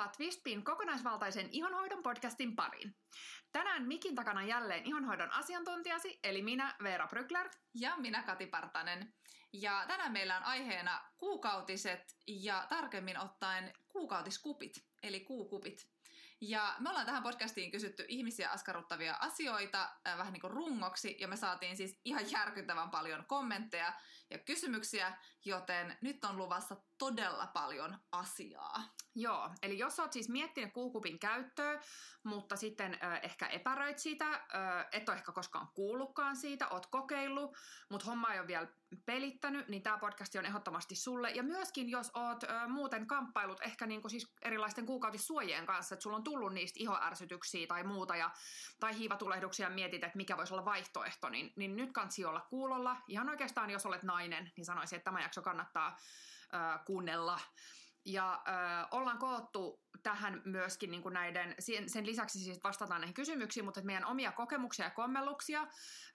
Tervetuloa Twistpin kokonaisvaltaisen ihonhoidon podcastin pariin. Tänään mikin takana jälleen ihonhoidon asiantuntijasi, eli minä Veera Brückler. Ja minä Kati Partanen. Ja tänään meillä on aiheena kuukautiset ja tarkemmin ottaen kuukautiskupit, eli kuukupit. Ja me ollaan tähän podcastiin kysytty ihmisiä askarruttavia asioita vähän niin kuin rungoksi, ja me saatiin siis ihan järkyttävän paljon kommentteja ja kysymyksiä, joten nyt on luvassa todella paljon asiaa. Joo, eli jos olet siis miettinyt kuukupin käyttöä, mutta sitten ehkä epäröit siitä, et ole ehkä koskaan kuullutkaan siitä, oot kokeillut, mutta homma ei ole vielä pelittänyt, niin tämä podcasti on ehdottomasti sulle. Ja myöskin jos oot muuten kamppailut ehkä niinku siis erilaisten kuukautissuojien kanssa, että sulla on tullut niistä ihoärsytyksiä tai muuta, tai hiivatulehduksia ja mietit, että mikä voisi olla vaihtoehto, niin nyt kansi olla kuulolla. Ihan oikeastaan, jos olet nainen, niin sanoisin, että tämä jakso kannattaa kuunnella. Ja ollaan koottu tähän myöskin niin kuin sen lisäksi siis vastataan näihin kysymyksiin, mutta meidän omia kokemuksia ja kommelluksia,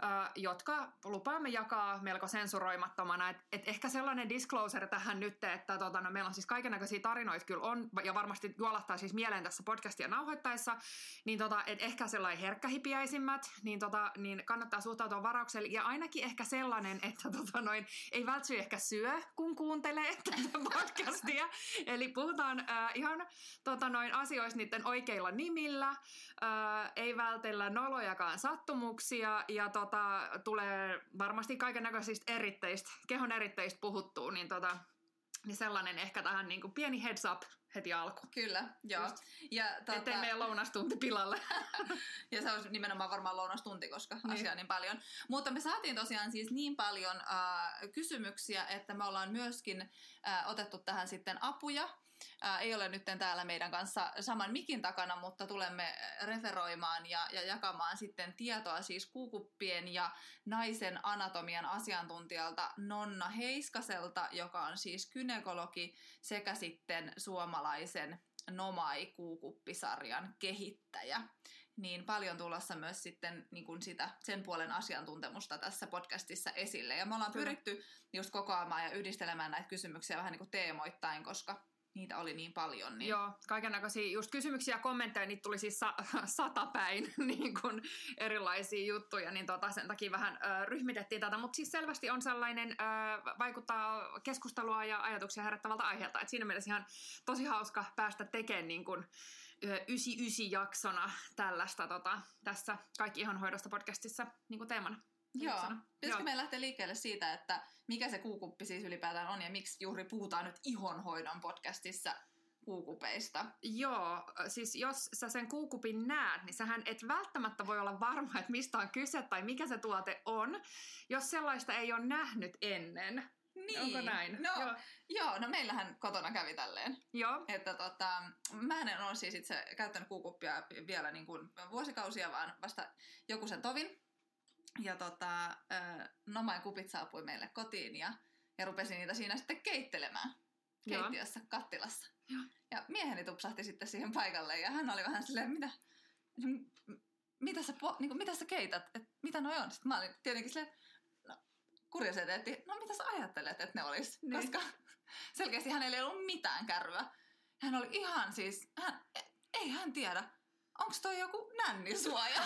jotka lupaamme jakaa melko sensuroimattomana. Et ehkä sellainen disclosure tähän nyt, että meillä on siis kaikennäköisiä tarinoita kyllä on, ja varmasti juolahtaa siis mieleen tässä podcastia nauhoittaessa, niin et ehkä sellainen herkkähipiäisimmät, niin kannattaa suhtautua varauksella. Ja ainakin ehkä sellainen, että ei vältsy ehkä syö, kun kuuntelee tätä podcastia. Eli puhutaan ihan asioista niiden oikeilla nimillä, ei vältellä nolojakaan sattumuksia ja tulee varmasti kaikennäköisistä kehon eritteistä puhuttua, niin sellainen ehkä tähän niin kuin pieni heads up heti alkuun. Kyllä, joo. Ja ettei meidän lounastunti pilalle. Ja se olisi nimenomaan varmaan lounastunti, koska asiaa niin paljon. Mutta me saatiin tosiaan siis niin paljon kysymyksiä, että me ollaan myöskin otettu tähän sitten apuja. Ei ole nyt täällä meidän kanssa saman mikin takana, mutta tulemme referoimaan ja jakamaan sitten tietoa siis kuukuppien ja naisen anatomian asiantuntijalta Nonna Heiskaselta, joka on siis gynekologi sekä sitten suomalaisen Nomai-kuukuppisarjan kehittäjä. Niin paljon tulossa myös sitten niin kuin sen puolen asiantuntemusta tässä podcastissa esille. Ja me ollaan pyritty just kokoamaan ja yhdistelemään näitä kysymyksiä vähän niin kuin teemoittain, koska niitä oli niin paljon. Niin. Joo, kaikennäköisiä just kysymyksiä ja kommentteja, niitä tuli siis 100 päin niin kuin erilaisia juttuja, niin sen takia vähän ryhmitettiin tätä, mutta siis selvästi on sellainen, vaikuttaa keskustelua ja ajatuksia herättävältä aiheelta, että siinä mielessä ihan tosi hauska päästä tekemään niin kuin 99-jaksona tällaista tässä Kaikki ihonhoidosta podcastissa niin kuin teemana. Joo. Pitäisikö meidän lähteä liikkeelle siitä, että mikä se kuukuppi siis ylipäätään on ja miksi juuri puhutaan nyt ihonhoidon podcastissa kuukupeista? Joo, siis jos sä sen kuukupin näet, niin sähän et välttämättä voi olla varma, että mistä on kyse tai mikä se tuote on, jos sellaista ei ole nähnyt ennen. Niin. Onko näin? No meillähän kotona kävi tälleen. Joo. Että mä en ole siis itse käyttänyt kuukuppia vielä niin kuin vuosikausia, vaan vasta joku sen tovin. Ja Nomain kupit saapui meille kotiin ja rupesin niitä siinä sitten keittelemään keittiössä, kattilassa. Ja mieheni tupsahti sitten siihen paikalle ja hän oli vähän silleen, mitä sä keität? Mitä noi on? Sitten mä olin tietenkin silleen, kuriositeetti, mitä sä ajattelet, että ne olisi? Niin. Koska selkeästi hänellä ei ollut mitään kärryä. Hän oli ihan siis, ei hän tiedä, onko toi joku nännisuoja?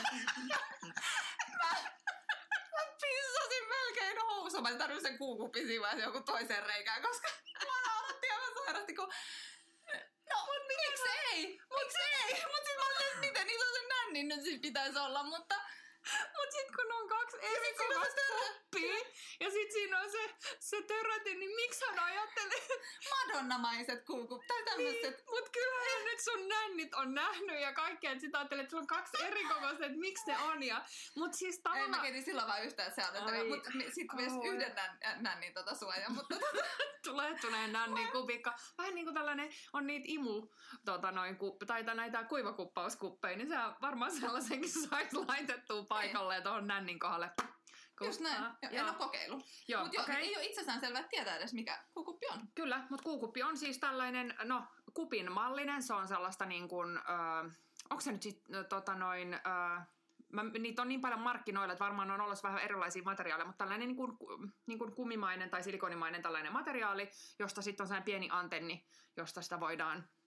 Mä pissasin melkein housuun. Mä tarvitsin sen kuukupin siinä vaiheessa joku toiseen reikään, koska mä nauratti aivan sairasti, kun miksi ei? Mut sit mä olin, että miten iso se nännin nyt sit pitäisi olla, mutta sit kun on 2 eri kokoista kuppia, ja sit siinä on se törrötin, niin miksi hän ajattelee? Madonnamaiset kuukupit, tai tämmöset. Niin, mut kyllähän nyt sun nännit on nähnyt ja kaikkea, että sit ajattelee, että sulla on 2 eri kokoista, että miksi ne on. Mut siis tavallaan... Ei, mä keitin silloin vaan yhtään, että se on, mutta sit myös yhden nännin suojan, mutta Tuleettuneen nännin kupikka. Vähän niin kuin tällainen, on niitä tai näitä kuivakuppauskuppeja, niin se varmaan sellaisenkin saisi laitettua paikalle tuohon nännin kohdalle. Just näin. En ole kokeillut. Mutta ei ole itsessään selvää, että tietää edes, mikä kuukuppi on. Kyllä, mutta kuukuppi on siis tällainen, kupin mallinen. Se on sellaista niin kuin, onko se nyt sitten niitä on niin paljon markkinoilla, että varmaan on ollut vähän erilaisia materiaaleja, mutta tällainen niin kuin kumimainen tai silikonimainen tällainen materiaali, josta sitten on sellainen pieni antenni, josta sitä voidaan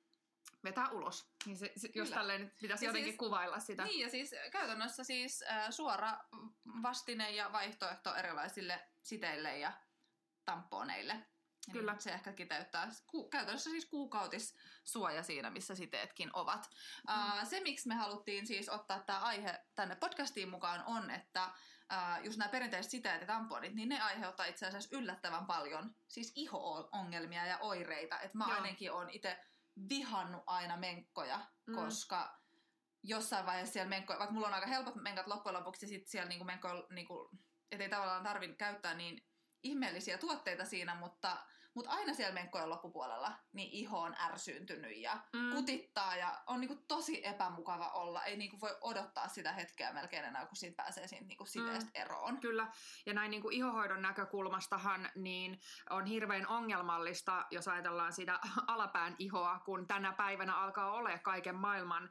vetää ulos. Niin jos tälleen pitäisi jotenkin siis, kuvailla sitä. Niin, ja siis käytännössä siis suora vastine ja vaihtoehto erilaisille siteille ja tamponeille. Kyllä. Niin se ehkä kiteyttää käytännössä siis kuukautissuoja siinä, missä siteetkin ovat. Se, miksi me haluttiin siis ottaa tämä aihe tänne podcastiin mukaan, on, että just nämä perinteiset siteet ja tamponit, niin ne aiheuttaa itse asiassa yllättävän paljon siis iho-ongelmia ja oireita. Että mä ainakin olen itse vihannut aina menkkoja, koska jossain vaiheessa siellä menkkoja, vaikka mulla on aika helpot menkat loppujen lopuksi, ja sitten siellä menkkoja, ettei tavallaan tarvitse käyttää niin ihmeellisiä tuotteita siinä, mutta aina siellä menkkojen loppupuolella niin iho on ärsyyntynyt ja kutittaa ja on niinku tosi epämukava olla. Ei niinku voi odottaa sitä hetkeä melkein enää, kun siitä pääsee siitä niinku siteestä eroon. Kyllä. Ja näin niinku ihohoidon näkökulmastahan niin on hirveän ongelmallista, jos ajatellaan sitä alapään ihoa, kun tänä päivänä alkaa olla kaiken maailman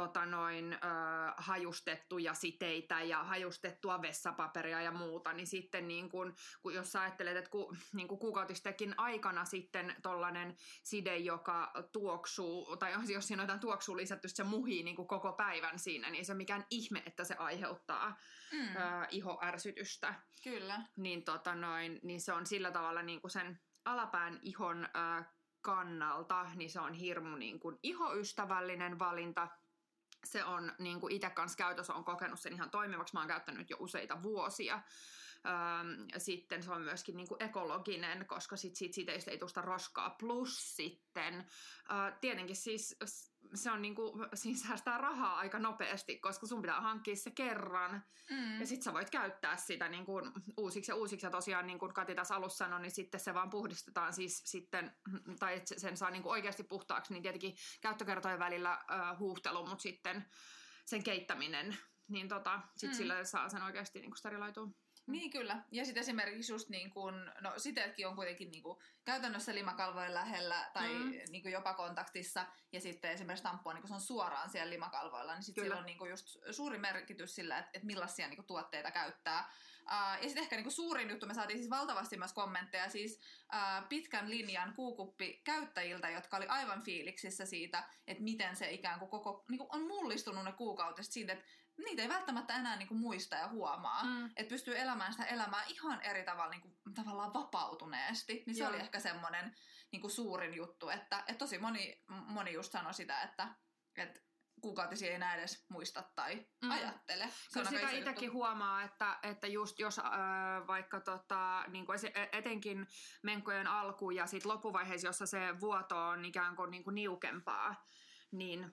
hajustettuja siteitä ja hajustettua vessapaperia ja muuta, niin sitten niin kun jos sä ajattelet, että niin kuukautistekin aikana sitten tollainen side, joka tuoksuu, tai jos siinä on jotain tuoksua lisätty, se muhii niin kuin koko päivän siinä, niin se on mikään ihme, että se aiheuttaa ihoärsytystä. Kyllä. Niin, niin se on sillä tavalla niin kuin sen alapään ihon kannalta, niin se on hirmu niin kuin ihoystävällinen valinta. Se on niin kuin itse kanssa käytössä, on kokenut sen ihan toimivaksi. Mä oon käyttänyt jo useita vuosia. Sitten se on myöskin niin kuin ekologinen, koska siitä siteistä ei tuosta roskaa. Plus sitten tietenkin siis se on niin kuin, siinä säästää rahaa aika nopeasti, koska sun pitää hankkia se kerran. Ja sit sä voit käyttää sitä niin kuin uusiksi. Ja tosiaan niin kuin Kati tässä alussa sanoi, niin sitten se vaan puhdistetaan siis sitten, tai että sen saa niin kuin oikeasti puhtaaksi. Niin tietenkin käyttökertojen välillä huuhtelu, mutta sitten sen keittäminen, niin sit sillä saa sen oikeasti niin kuin steriloitua. Niin kyllä. Ja sitten esimerkiksi just niin kuin, no siteetkin on kuitenkin niin kuin käytännössä limakalvojen lähellä tai niin kuin jopa kontaktissa. Ja sitten esimerkiksi tamponi, kun se on suoraan siellä limakalvoilla, niin sitten sillä on niin kuin just suuri merkitys sillä, että millaisia niin kuin tuotteita käyttää. Ja sitten ehkä niin kuin suurin juttu, me saatiin siis valtavasti myös kommentteja siis pitkän linjan kuukuppi-käyttäjiltä, jotka oli aivan fiiliksissä siitä, että miten se ikään kuin koko, niin kuin on mullistunut ne kuukautiset siitä, että niitä ei välttämättä enää niinku muista ja huomaa. Että pystyy elämään sitä elämää ihan eri tavalla niinku, tavallaan vapautuneesti. Niin se oli ehkä semmoinen niinku suurin juttu, että tosi moni just sanoi sitä, että kuukautisia ei enää edes muista tai ajattele. Kyllä sitä itsekin huomaa, että just jos vaikka niinku etenkin menkkojen alku ja sit loppuvaiheessa, jossa se vuoto on ikään kuin niinku niukempaa, niin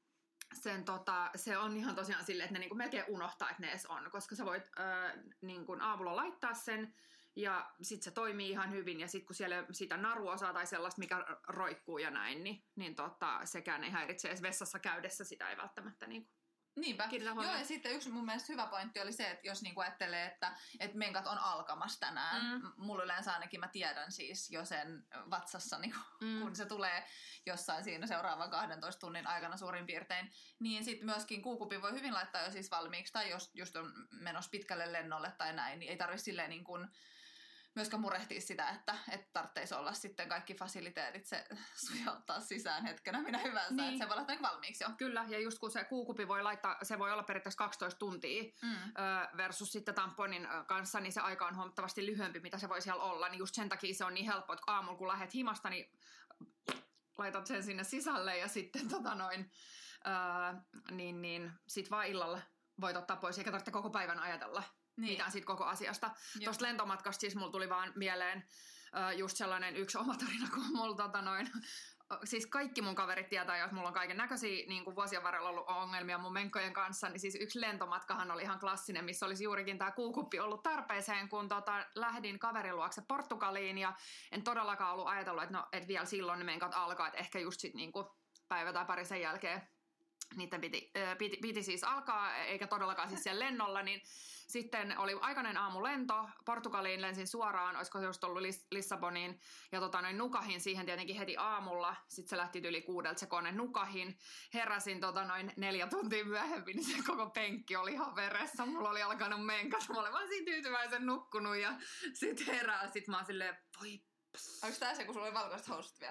se on ihan tosiaan silleen, että ne niinku melkein unohtaa, että ne edes on, koska sä voit niinku aamulla laittaa sen ja sit se toimii ihan hyvin ja sit kun siellä sitä naruosaa tai sellaista, mikä roikkuu ja näin, niin sekään ei häiritse edes vessassa käydessä, sitä ei välttämättä niinku. Niinpä. Joo, ja sitten yksi mun mielestä hyvä pointti oli se, että jos niinku ajattelee, että menkat on alkamassa tänään, mulla yleensä ainakin mä tiedän siis jo sen vatsassa, niinku, kun se tulee jossain siinä seuraavan 12 tunnin aikana suurin piirtein, niin sitten myöskin kuukupi voi hyvin laittaa jo siis valmiiksi, tai jos just on menossa pitkälle lennolle tai näin, niin ei tarvitse silleen niin kuin myöskään murehtia sitä, että tarvitsisi olla sitten kaikki fasiliteetit se sujauttaa sisään hetkenä minä hyvänsä, niin. Että se voi laittaa valmiiksi jo. Kyllä, ja just kun se kuukupi voi laittaa, se voi olla periaatteessa 12 tuntia versus sitten tamponin kanssa, niin se aika on huomattavasti lyhyempi, mitä se voi siellä olla, niin just sen takia se on niin helppo, että aamulla kun lähdet himasta, niin laitat sen sinne sisälle ja sitten niin sit vaan illalla voit ottaa pois, eikä tarvitse koko päivän ajatella. Niin. Mitään siitä koko asiasta. Tuosta lentomatkasta siis mulla tuli vaan mieleen just sellainen yksi oma tarina, kun mulla siis kaikki mun kaverit tietää, jos mulla on kaiken näköisiä niin kuin vuosien varrella ollut ongelmia mun menkkojen kanssa, niin siis yksi lentomatkahan oli ihan klassinen, missä olisi juurikin tää kuukuppi ollut tarpeeseen, kun lähdin kaverin luokse Portugaliin ja en todellakaan ollut ajatellut, että vielä silloin ne menkat alkaa, että ehkä just sit niin kuin päivä tai pari sen jälkeen niiden piti siis alkaa, eikä todellakaan siis siellä lennolla, niin sitten oli aikainen aamulento, Portugaliin lensin suoraan, olisiko se just ollut Lissaboniin, ja nukahin siihen tietenkin heti aamulla, sitten se lähti yli 6 se kone nukahin, heräsin 4 tuntia myöhemmin, niin se koko penkki oli ihan veressä, mulla oli alkanut menkat, mä olin vaan siinä tyytyväisen nukkunut, ja sitten herää, sitten mä oon silleen, voi Onko tää se, kun sulla oli valkoiset housut vielä?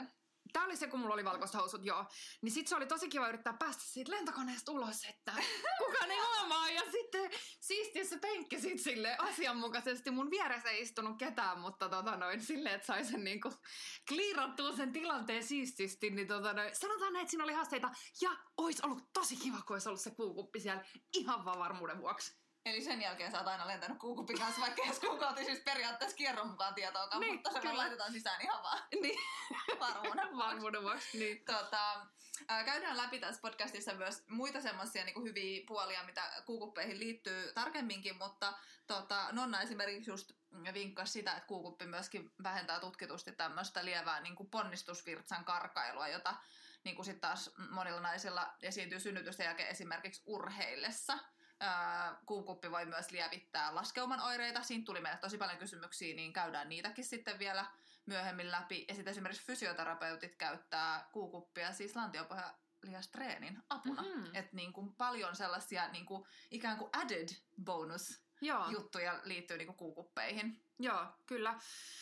tää oli se, kun mulla oli valkoiset housut, joo. Niin sit se oli tosi kiva yrittää päästä siitä lentokoneesta ulos, että kukaan ei huomaa. Ja sitten siistissä penkki sit silleen asianmukaisesti. Mun vieressä ei istunut ketään, mutta silleen, että sai sen niinku kliirattua sen tilanteen siististi. Niin sanotaan, että siinä oli haasteita. Ja ois ollut tosi kiva, kun ois ollut se puukuppi siellä ihan vaan varmuuden vuoksi. Eli sen jälkeen sä oot aina lentänyt kuukupin kanssa, vaikka edes kuukauti siis periaatteessa kierron mukaan tietoakaan, niin, mutta se vaan laitetaan sisään ihan vaan niin. varmuuden vuoksi. Niin. Käydään läpi tässä podcastissa myös muita semmoisia niin hyviä puolia, mitä kuukuppeihin liittyy tarkemminkin, mutta Nonna esimerkiksi just vinkkasi sitä, että kuukuppi myöskin vähentää tutkitusti tämmöistä lievää niin kuin ponnistusvirtsan karkailua, jota niin kuin sitten taas monilla naisilla esiintyy synnytysten jälkeen esimerkiksi urheillessa. Kuukuppi voi myös lievittää laskeuman oireita. Siinä tuli meille tosi paljon kysymyksiä, niin käydään niitäkin sitten vielä myöhemmin läpi. Ja sitten esimerkiksi fysioterapeutit käyttää kuukuppia siis lantiopohjalihastreenin apuna. Mm-hmm. Että niin kuin paljon sellaisia niin kuin ikään kuin added bonus juttuja liittyy niin kuin kuukuppeihin. Joo, kyllä.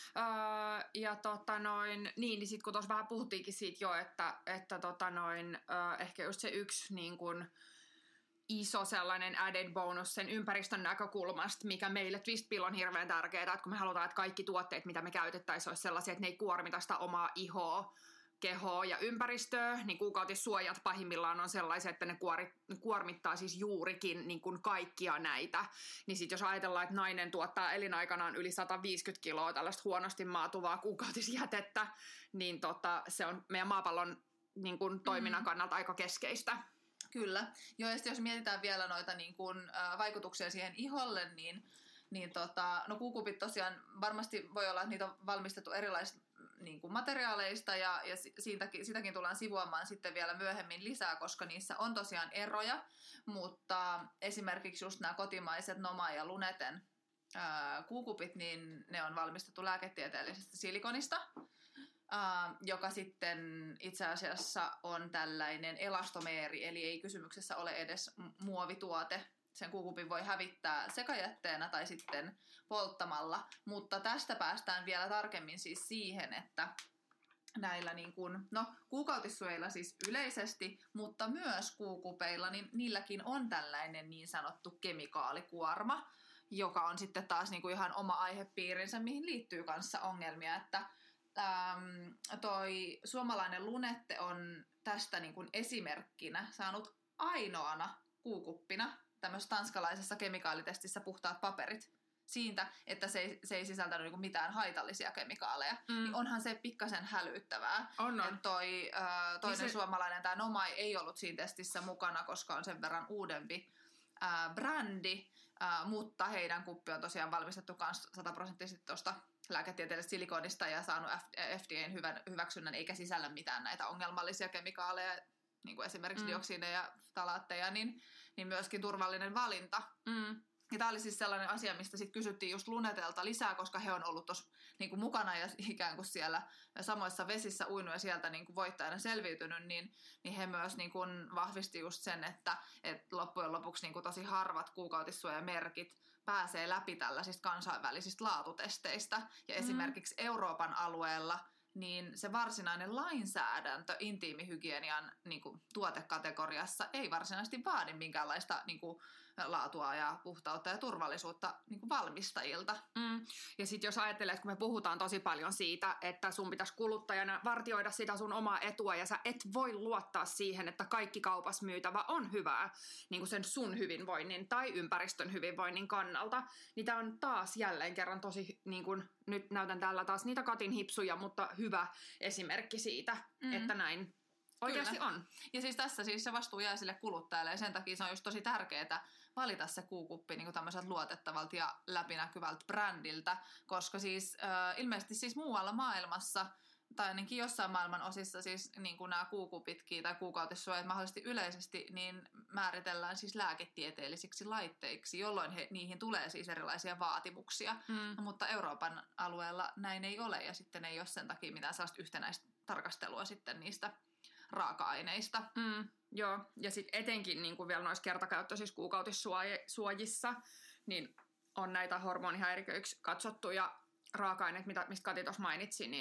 Niin sit kun tuossa vähän puhuttiinkin siitä jo, että ehkä just se yksi niin kuin iso sellainen added bonus sen ympäristön näkökulmasta, mikä meille Twistpill on hirveän tärkeää, että kun me halutaan, että kaikki tuotteet, mitä me käytettäisiin, olisi sellaisia, että ne ei kuormita sitä omaa ihoa, kehoa ja ympäristöä, niin kuukautissuojat pahimmillaan on sellaisia, että ne kuormittaa siis juurikin niin kuin kaikkia näitä. Niin sit jos ajatellaan, että nainen tuottaa elinaikanaan yli 150 kiloa tällaista huonosti maatuvaa kuukautisjätettä, niin se on meidän maapallon niin kuin toiminnan kannalta aika keskeistä. Kyllä. Joo, ja jos mietitään vielä noita niin kuin, vaikutuksia siihen iholle, niin kuukupit tosiaan varmasti voi olla, että niitä on valmistettu erilaisista niin kuin materiaaleista, ja sitäkin tullaan sivuamaan sitten vielä myöhemmin lisää, koska niissä on tosiaan eroja, mutta esimerkiksi just nämä kotimaiset Noma ja Luneten kuukupit, niin ne on valmistettu lääketieteellisestä silikonista, joka sitten itse asiassa on tällainen elastomeeri, eli ei kysymyksessä ole edes muovituote. Sen kuukupin voi hävittää sekajätteenä tai sitten polttamalla, mutta tästä päästään vielä tarkemmin siis siihen, että näillä niin kuin, kuukautissuojilla siis yleisesti, mutta myös kuukupeilla, niin niilläkin on tällainen niin sanottu kemikaalikuorma, joka on sitten taas niin kuin ihan oma aihepiirinsä, mihin liittyy kanssa ongelmia, että toi suomalainen Lunette on tästä niin kuin esimerkkinä saanut ainoana kuukuppina tämmöisessä tanskalaisessa kemikaalitestissä puhtaat paperit siitä, että se ei sisältänyt niin kuin mitään haitallisia kemikaaleja. Niin onhan se pikkasen hälyttävää. On. Toinen suomalainen, tämä Noma, ei ollut siinä testissä mukana, koska on sen verran uudempi brändi, mutta heidän kuppi on tosiaan valmistettu myös 100% tuosta lääketieteellisestä silikonista ja saanut FDA:n hyväksynnän, eikä sisällä mitään näitä ongelmallisia kemikaaleja, niin kuin esimerkiksi dioksiineja ja talaatteja, niin myöskin turvallinen valinta. Ja tämä oli siis sellainen asia, mistä sitten kysyttiin just Lunetelta lisää, koska he on ollut tuossa niin mukana ja ikään kuin siellä samoissa vesissä uinut ja sieltä niin kuin voittajana selviytynyt, niin he myös niin kuin vahvisti just sen, että loppujen lopuksi niin kuin tosi harvat kuukautissuojamerkit pääsee läpi tällaisista kansainvälisistä laatutesteistä. Ja esimerkiksi Euroopan alueella niin se varsinainen lainsäädäntö intiimihygienian niin kuin tuotekategoriassa ei varsinaisesti vaadi minkäänlaista niin kuin laatua ja puhtautta ja turvallisuutta niin kuin valmistajilta. Ja sitten jos ajattelee, että kun me puhutaan tosi paljon siitä, että sun pitäisi kuluttajana vartioida sitä sun omaa etua ja sä et voi luottaa siihen, että kaikki kaupassa myytävä on hyvää niin kuin sen sun hyvinvoinnin tai ympäristön hyvinvoinnin kannalta, niin tää on taas jälleen kerran tosi, niin kuin nyt näytän täällä taas niitä Katin hipsuja, mutta hyvä esimerkki siitä, että näin oikeasti on. Ja siis tässä siis se vastuu jää sille kuluttajalle ja sen takia se on just tosi tärkeää valita se kuukuppi niin kuin tämmöiseltä luotettavalta ja läpinäkyvältä brändiltä, koska siis ilmeisesti siis muualla maailmassa tai ainakin jossain maailman osissa siis niin kuin nämä kuukupitkin tai kuukautissuojat mahdollisesti yleisesti niin määritellään siis lääketieteellisiksi laitteiksi, jolloin niihin tulee siis erilaisia vaatimuksia, mutta Euroopan alueella näin ei ole ja sitten ei ole sen takia mitään sellaista yhtenäistä tarkastelua sitten niistä raaka-aineista. Joo, ja sitten etenkin niin kuin vielä noissa kertakäyttöisissä kuukautissuojissa, niin on näitä hormonihäiriköiksi katsottuja raaka-aineita, mistä Kati tuossa mainitsi, niin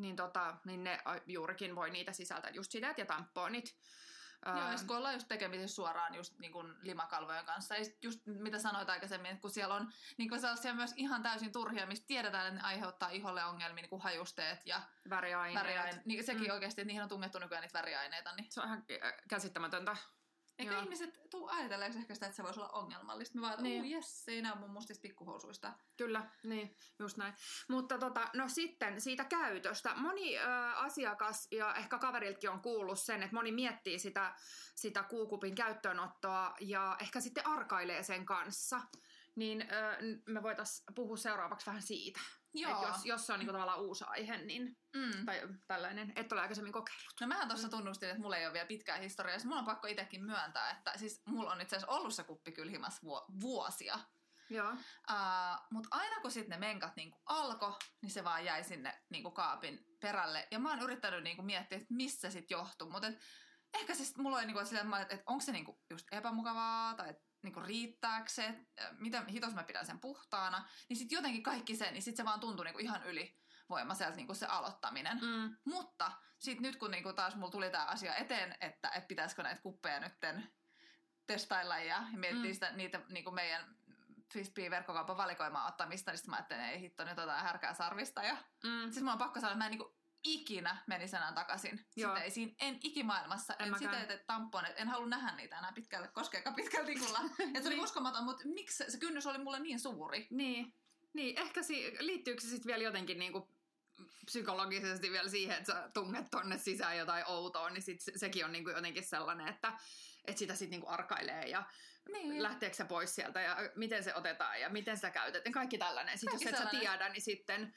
niin ne juurikin voi niitä sisältää just sitä, ja tamponit. Joo, ja kun ollaan just tekemisissä suoraan just niin kuin limakalvojen kanssa. Ja just mitä sanoit aikaisemmin, että kun siellä on niin kuin sellaisia myös ihan täysin turhia, mistä tiedetään, että ne aiheuttaa iholle ongelmia, niin kuin hajusteet ja väriaineet. Niin sekin oikeasti, että niihin on tungettu nykyään niitä väriaineita. Niin. Se on ihan käsittämätöntä. Eikö ihmiset tuu ajatelleeksi ehkä sitä, että se voisi olla ongelmallista? Me vaan, että jes, se ei näy mun mustista pikkuhousuista. Kyllä, niin, just näin. Mutta no sitten siitä käytöstä. Moni asiakas ja ehkä kaveriltakin on kuullut sen, että moni miettii sitä kuukupin käyttöönottoa ja ehkä sitten arkailee sen kanssa. Niin me voitaisiin puhua seuraavaksi vähän siitä. Joo. Jos se on niinku tavallaan uusi aihe, niin, tai tällainen, et ole aikaisemmin kokeillut. No mähän tuossa tunnustin, että mulla ei ole vielä pitkää historiaa. Mulla on pakko itsekin myöntää, että siis mulla on itse asiassa ollut se kuppi kyllä himas vuosia. Joo. Mutta aina kun sitten ne menkat niinku alkoi, niin se vaan jäi sinne niinku kaapin perälle. Ja mä oon yrittänyt niinku miettiä, että missä se sitten johtuu. Mutta ehkä siis mulla oli niinku silleen, että onko se niinku just epämukavaa tai niinku riittääkö se, miten hitos mä pidän sen puhtaana, niin sitten jotenkin kaikki se, niin sitten se vaan tuntui niinku ihan ylivoimaiselta niinku se aloittaminen. Mutta sitten nyt kun niinku taas mulla tuli tämä asia eteen, että pitäisikö näitä kuppeja nytten testailla ja miettiä sitä, niitä niinku meidän Frisbee-verkkokaupan valikoimaa ottamista, niin sitten mä ajattelin, ei hitto, nyt otetaan härkää sarvista. Ja siis mulla on pakko sanoa, että mä en niinku ikinä menisi enää takaisin siteisiin. En ikimaailmassa. Siteet, tamponet, en halua nähdä niitä enää pitkälle, koskeekaan pitkällä tikulla. Se oli uskomaton, mutta miksi se kynnys oli mulle niin suuri? Niin ehkä liittyykö se sitten vielä jotenkin niinku psykologisesti vielä siihen, että sä tunget tonne sisään jotain outoa, niin sekin on niinku jotenkin sellainen, että sitä sitten niinku arkailee ja lähteekö se pois sieltä ja miten se otetaan ja miten sitä käytetään. Kaikki tällainen. Sitten jos et sä tiedä, niin sitten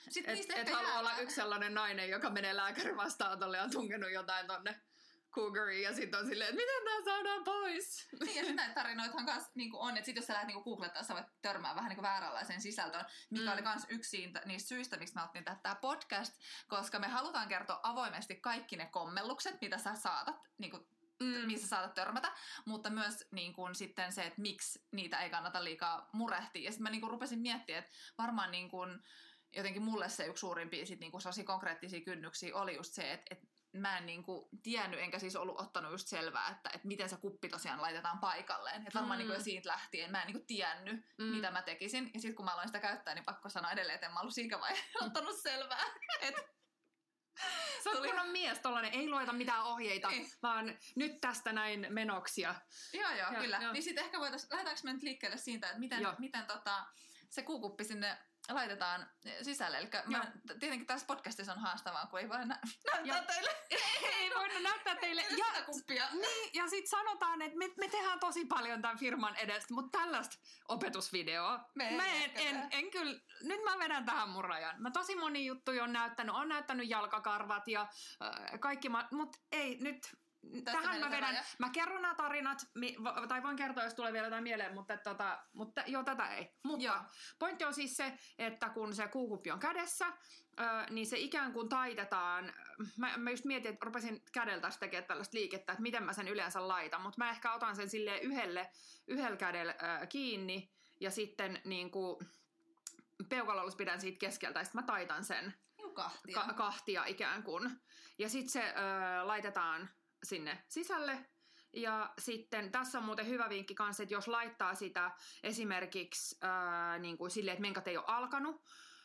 et halua olla yksi sellainen nainen, joka menee lääkärin vastaanotolle ja on tunkenut jotain tonne cougariin ja sitten on silleen, että miten tää saadaan pois? Niin ja sitten näitä tarinoitahan kanssa niin on, että sit jos sä lähdet niin googlettaa, sä voit törmää vähän niin vääränlaiseen sisältöön, mikä oli myös yksi niistä syistä, miksi me otin tämä podcast, koska me halutaan kertoa avoimesti kaikki ne kommellukset, mitä sä saatat, niin kuin missä saatat törmätä, mutta myös niin kuin sitten se, että miksi niitä ei kannata liikaa murehtia. Ja sitten mä niin kuin rupesin miettimään, että varmaan niin kuin jotenkin mulle se yksi suurimpia sit niinku sellaisia konkreettisia kynnyksiä oli just se, että mä en niinku tiennyt, enkä siis ollut ottanut just selvää, että miten se kuppi tosiaan laitetaan paikalleen. Että varmaan niinku jo siitä lähtien mä en niinku tiennyt, mitä mä tekisin. Ja sitten kun mä aloin sitä käyttää, niin pakko sanoa edelleen, että en mä ollut siinä vaiheessa ottanut selvää. Se on kunnon mies tollanen, ei lueta mitään ohjeita, vaan nyt tästä näin menoksia. Joo, kyllä. Niin sitten ehkä lähdetäänkö me nyt liikkeelle siitä, että miten se kuukuppi sinne laitetaan sisälle. Eli tietenkin tässä podcastissa on haastavaa, kun ei voi näyttää teille. Ei voida näyttää teille. Ja kuppia. Niin, ja sitten sanotaan, että me tehdään tosi paljon tämän firman edestä, mutta tällaista opetusvideoa. En kyllä, nyt mä vedän tähän mun rajan. Mä tosi moni juttuja on näyttänyt jalkakarvat ja kaikki, mutta ei nyt. Tähän mä vedän. Mä kerron nämä tarinat, tai voin kertoa, jos tulee vielä jotain mieleen, mutta tätä ei. Mutta pointti on siis se, että kun se kuukuppi on kädessä, niin se ikään kuin taitetaan. Mä just mietin, että rupesin kädeltä tekemään tällaista liikettä, että miten mä sen yleensä laitan, mutta mä ehkä otan sen silleen yhdellä kädellä kiinni ja sitten niin kuin peukalolla pidän siitä keskeltä ja sitten mä taitan sen kahtia ikään kuin. Ja sitten se laitetaan sinne sisälle. Ja sitten tässä on muuten hyvä vinkki kanssa, että jos laittaa sitä esimerkiksi niin kuin silleen, että menkat ei ole alkanut,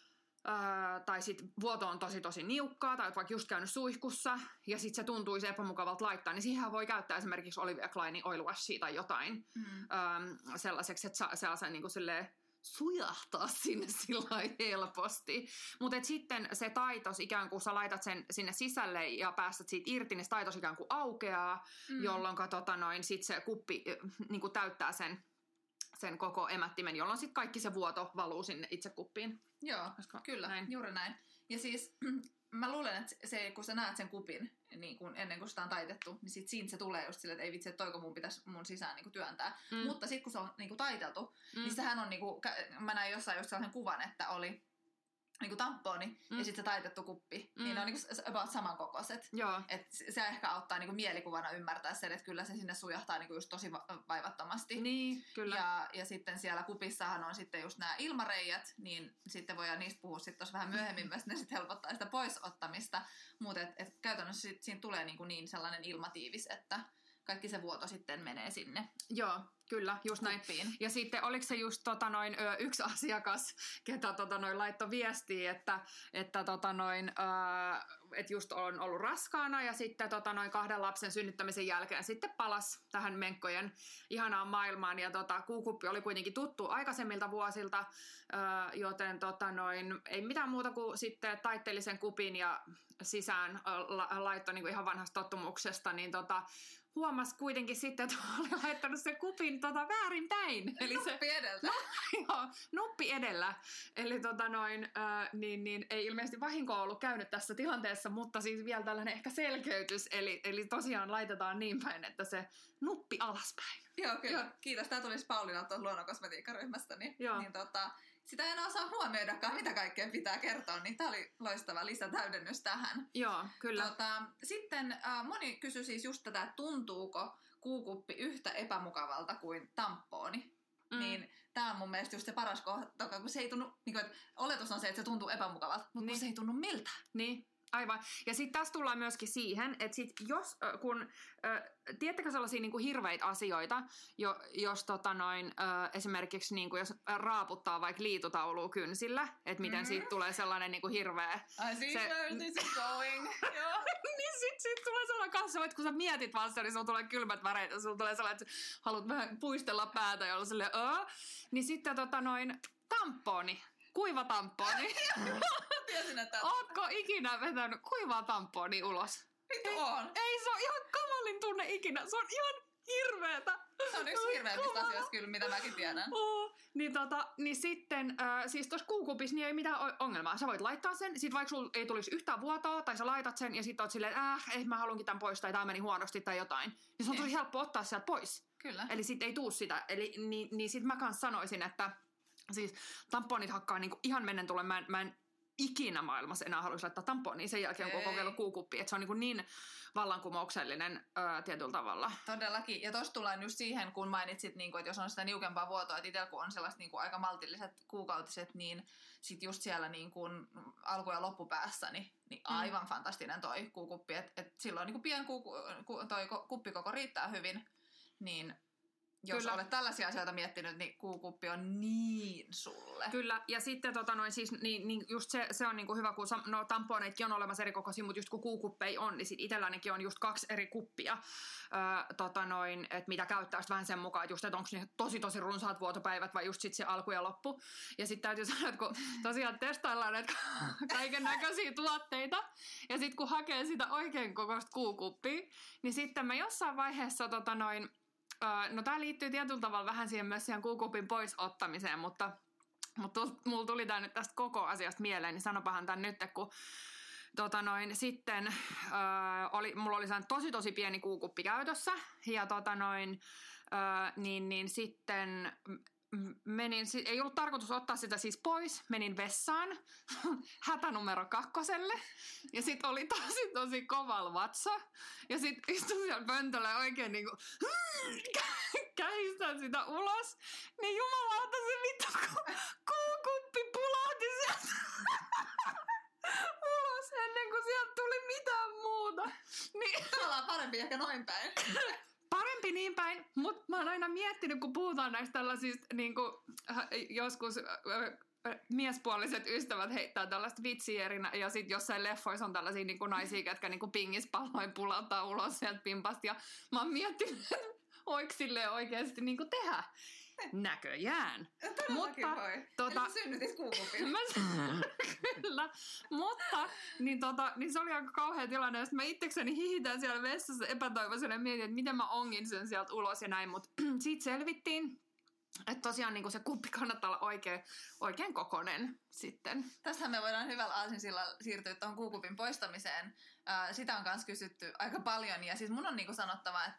tai sitten vuoto on tosi niukkaa, tai vaikka just käynyt suihkussa, ja sitten se tuntuisi epämukavalta laittaa, niin siihen voi käyttää esimerkiksi Olivia Kleinin oil washia tai jotain sellaiseksi, että saa sen niin kuin silleen sujahtaa sinne sillä helposti. Mutta sitten se taitos ikään kuin sä laitat sen sinne sisälle ja päästät siitä irti, niin se taitos ikään kuin aukeaa, jolloin sit se kuppi niin kuin täyttää sen koko emättimen, jolloin sitten kaikki se vuoto valuu sinne itse kuppiin. Joo, kyllä, näin. Juuri näin. Ja siis mä luulen, että se, kun sä näet sen kupin niin kun ennen kuin sitä on taitettu, niin sit siinä se tulee just silleen, että ei vitsi, että toiko mun pitäisi mun sisään niin kuin työntää. Mutta sitten kun se on niin kuin taiteltu, niin sehän on, niin kuin, mä näin jossain just sellaisen kuvan, että oli niinku tamponi ja sitten se taitettu kuppi, niin ne on niinku about samankokoiset. Joo. Et se ehkä auttaa niinku mielikuvana ymmärtää sen, että kyllä se sinne sujahtaa niinku just tosi vaivattomasti. Niin, kyllä. Ja sitten siellä kupissahan on sitten just nämä ilmareijät, niin sitten voidaan niistä puhua sitten tuossa vähän myöhemmin, myös ne sitten helpottaa sitä poisottamista. Mutta et käytännössä siinä tulee niin sellainen ilmatiivis, että kaikki se vuoto sitten menee sinne. Joo, kyllä, just näin. Kuppiin. Ja sitten oliko se just yksi asiakas, ketä laittoi viestiä, että just on ollut raskaana ja sitten 2 lapsen synnyttämisen jälkeen sitten palasi tähän menkkojen ihanaan maailmaan. Ja kuukuppi oli kuitenkin tuttu aikaisemmilta vuosilta, joten ei mitään muuta kuin sitten taitteli sen kupin ja sisään laittoi niin kuin ihan vanhasta tottumuksesta, niin huomasi kuitenkin sitten, että oli laittanut sen kupin väärinpäin. Eli nuppi edeltä. Joo, nuppi edellä. Eli niin ei ilmeisesti vahinko ollut käynyt tässä tilanteessa, mutta siis vielä tällainen ehkä selkeytys. Eli tosiaan laitetaan niin päin, että se nuppi alaspäin. Joo, kyllä. Joo. Kiitos. Tämä tulisi Pauliina tuon luonnonkosmetiikkaryhmästä. Niin sitä ei enää osaa huomioidakaan, mitä kaikkea pitää kertoa, niin tämä oli loistava lisätäydennys tähän. Joo, kyllä. Sitten moni kysyi siis just tätä, että tuntuuko kuukuppi yhtä epämukavalta kuin tamponi. Niin tämä on mun mielestä just se paras kohta, kun se ei tunnu, niin kuin, että oletus on se, että se tuntuu epämukavalta, mutta niin. Se ei tunnu miltä. Niin. Aivan. Ja sitten tässä tullaan myöskin siihen, että tiedättekö sellaisia niinku hirveitä asioita, jos esimerkiksi niinku, jos raaputtaa vaikka liitutaulua kynsillä, että miten siitä tulee sellainen niinku hirveä... I see where this is going. Niin sit tulee sellainen kanssa, että kun sä mietit vasta, niin sulla tulee kylmät väreet ja sulla tulee sellainen, että haluat vähän puistella päätä ja olla silleen, niin sitten tamponi. Kuiva tamponi. Tiesin, että... Ootko ikinä vetänyt kuivaa tamponi ulos? Vittu on. Ei, se on ihan kamalin tunne ikinä. Se on ihan hirveetä. Se on yksi hirveämmistä asioista kyllä, mitä mäkin tiedän. Niin sitten, siis tuossa kuukupissa niin ei mitään ongelmaa. Sä voit laittaa sen, sit vaikka sulla ei tulisi yhtään vuotoa, tai sä laitat sen, ja sit oot silleen, mä haluankin tämän pois, tai tää meni huonosti, tai jotain. Niin se on tosi helppo ottaa sieltä pois. Kyllä. Eli sit ei tuu sitä. Eli niin sit mä kans sanoisin, että siis tamponit hakkaa niinku ihan mennen tullen. Mä en ikinä maailmassa enää haluaisi laittaa tamponia sen jälkeen, kun on kokeillut kuukuppi. Että se on niin vallankumouksellinen tietyllä tavalla. Todellakin. Ja tossa tullaan just siihen, kun mainitsit, että jos on sitä niukempaa vuotoa, että itsellä kun on sellaiset aika maltilliset kuukautiset, niin sit just siellä alku- ja loppupäässä niin aivan fantastinen toi kuukuppi. Et silloin toi kuppikoko riittää hyvin, niin... Jos Kyllä. olet tällaisia asioita miettinyt, niin kuukuppi on niin sulle. Kyllä, ja sitten siis, niin just se on niinku hyvä, kun tamponeitkin on olemassa eri kokoisia, mutta just kun kuukuppeja on, niin sit itsellänikin on just 2 eri kuppia, että mitä käyttää vähän sen mukaan, että just, että onko ne tosi runsaat vuotopäivät vai just sit se alku ja loppu. Ja sitten täytyy sanoa, että kun tosiaan testaillaan näitä kaiken näköisiä tuotteita, ja sitten kun hakee sitä oikein kokoista kuukuppia, niin sitten mä jossain vaiheessa no tää liittyy tietyllä tavalla vähän myös siihen kuukupin pois ottamiseen, mutta mulla tuli tää nyt tästä koko asiasta mieleen, niin sanopahan tän nyt, kun sitten mulla oli sellainen tosi pieni kuukuppi käytössä ja niin sitten menin, ei ollut tarkoitus ottaa sitä siis pois, menin vessaan hätänumero 2 ja sit oli tosi koval vatsa ja sit istuin siellä pöntöllä oikein niinku kähistän sitä ulos, niin jumalauta se vittu kuukuppi pulahti sieltä ulos ennen kuin sieltä tuli mitään muuta. Niin. Tavallaan parempi ehkä noin päin. Parempi niin päin, mutta mä oon aina miettinyt, kun puhutaan näistä tällaisista niinku, joskus miespuoliset ystävät heittää tällaista vitsiä ja sit jossain leffoissa on tällaisia niinku naisia, ketkä niinku pingispalloin pulauttaa ulos sieltä pimpasta ja mä oon miettinyt, että voiko silleen oikeasti niinku tehdä. Näköjään. Todellakin voi. Eli synnytit kuukupin. Kyllä. Mutta niin se oli aika kauhea tilanne. Ja mä itsekseni hihitän siellä vessassa epätoivoisena ja mietin, että miten mä ongin sen sieltä ulos ja näin. Mutta siitä selvittiin, että tosiaan niin se kuppi kannattaa olla oikein kokoinen sitten. Tästähän me voidaan hyvällä aasinsillalla siirtyä tuohon kuukupin poistamiseen. Sitä on myös kysytty aika paljon. Ja siis mun on sanottava, että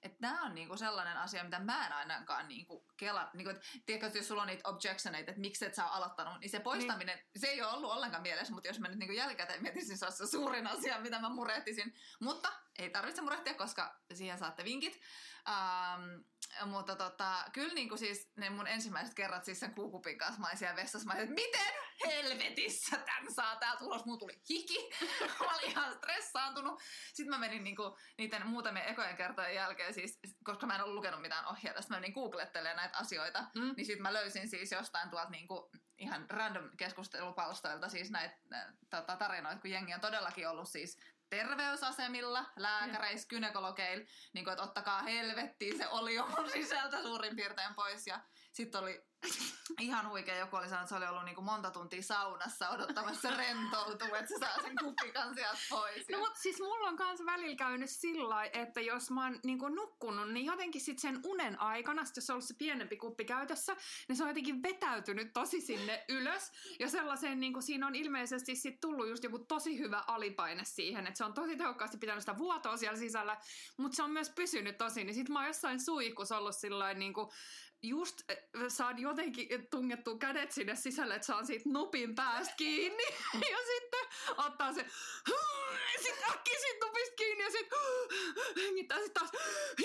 Että nämä on niinku sellainen asia, mitä mä en ainakaan niinku kela. Niinku, tiedätkö, jos sulla on niitä objectioneita, että miksi et sä ole aloittanut, niin se poistaminen, se ei ole ollut ollenkaan mielessä, mutta jos mä nyt niinku jälkikäteen mietisin, se olisi se suurin asia, mitä mä murehtisin. Mutta ei tarvitse murehtia, koska siihen saatte vinkit. Mutta kyllä niinku siis ne mun ensimmäiset kerrat siis sen kuukupin kanssa, mä olin siellä vessassa, mä olin, että miten helvetissä tän saa täältä ulos, mulla tuli hiki, mä olin ihan stressaantunut. Sitten mä menin niinku niiden muutamien ekojen kertojen jälkeen siis, koska mä en ollut lukenut mitään ohjeita, sitten mä menin googlettelemaan näitä asioita, niin sitten mä löysin siis jostain tuolta niinku ihan random keskustelupalstoilta siis näitä tarinoita, kun jengi on todellakin ollut siis terveysasemilla, lääkäreissä, gynekologeilla, niin kuin, että ottakaa helvettiin, se oli jo mun sisältä suurin piirtein pois. Ja sitten oli ihan huikea, joku oli sanonut, että se oli ollut niin kuin monta tuntia saunassa odottamassa rentoutuu, että se saa sen kupikan sieltä pois. No mutta siis mulla on kans välillä käynyt sillä että jos mä oon niin kuin nukkunut, niin jotenkin sit sen unen aikana, sit jos on ollut se pienempi kuppi käytössä, niin se on jotenkin vetäytynyt tosi sinne ylös. Ja sellaisen, niin kuin siinä on ilmeisesti sit tullut just joku tosi hyvä alipaine siihen, että se on tosi tehokkaasti pitänyt sitä vuotoa siellä sisällä, mutta se on myös pysynyt tosi. Niin sit mä oon jossain suihkussa ollut sillain niin kuin just saan jotenkin tungettua kädet sinne sisälle, että saan siitä nupin päästä kiinni. Ja sitten ottaa se, sitten äkkiä siitä nupista kiinni ja sitten hengittää sitten taas.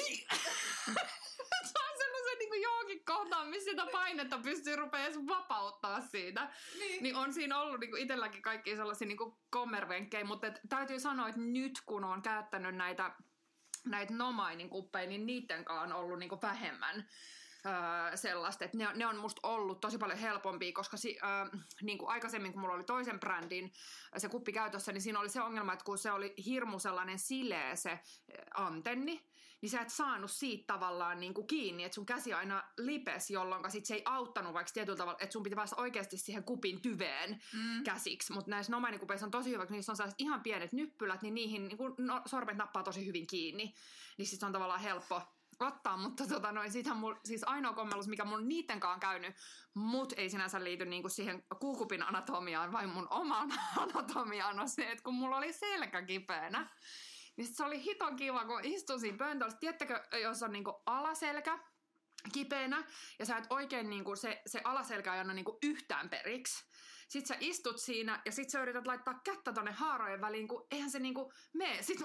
Saa semmoisen niin johonkin kohtaan, missä sitä painetta pystyy rupeaa vapauttaa siitä. Niin on siinä ollut niin itselläkin kaikkia sellaisia niin kommervenkkejä, mutta täytyy sanoa, että nyt kun on käyttänyt näitä Nomainin kuppeja, niin niittenkaan on ollut niin vähemmän sellaista, että ne on musta ollut tosi paljon helpompia, koska niin kuin aikaisemmin, kun mulla oli toisen brändin se kuppi käytössä, niin siinä oli se ongelma, että kun se oli hirmu sellainen sileä se antenni, niin sä et saanut siitä tavallaan niin kuin kiinni, että sun käsi aina lipesi, jolloin sit se ei auttanut vaikka tietyllä tavalla, että sun piti päästä oikeasti siihen kupin tyveen käsiksi. Mutta näissä Nomainin kupeissa on tosi hyvä, kun niissä on sellaiset ihan pienet nyppylät, niin niihin niin kuin sormet nappaa tosi hyvin kiinni. Niin sit se on tavallaan helppo ottaa, mutta siitähän mulla, siis ainoa kommellus, mikä mun niittenkaan on käynyt, mut ei sinänsä liity niinku siihen kuukupin anatomiaan, vai mun omaan anatomiaan on se, että kun mulla oli selkä kipeänä, niin sit se oli hiton kiva, kun istuin siinä pöntöllä. Tiedättekö, jos on niinku alaselkä kipeänä, ja sä et oikein niinku se alaselkä ei anna niinku yhtään periksi. Sit sä istut siinä ja sit sä yrität laittaa kättä tonne haarojen väliin, kun eihän se niinku mene. Sit mä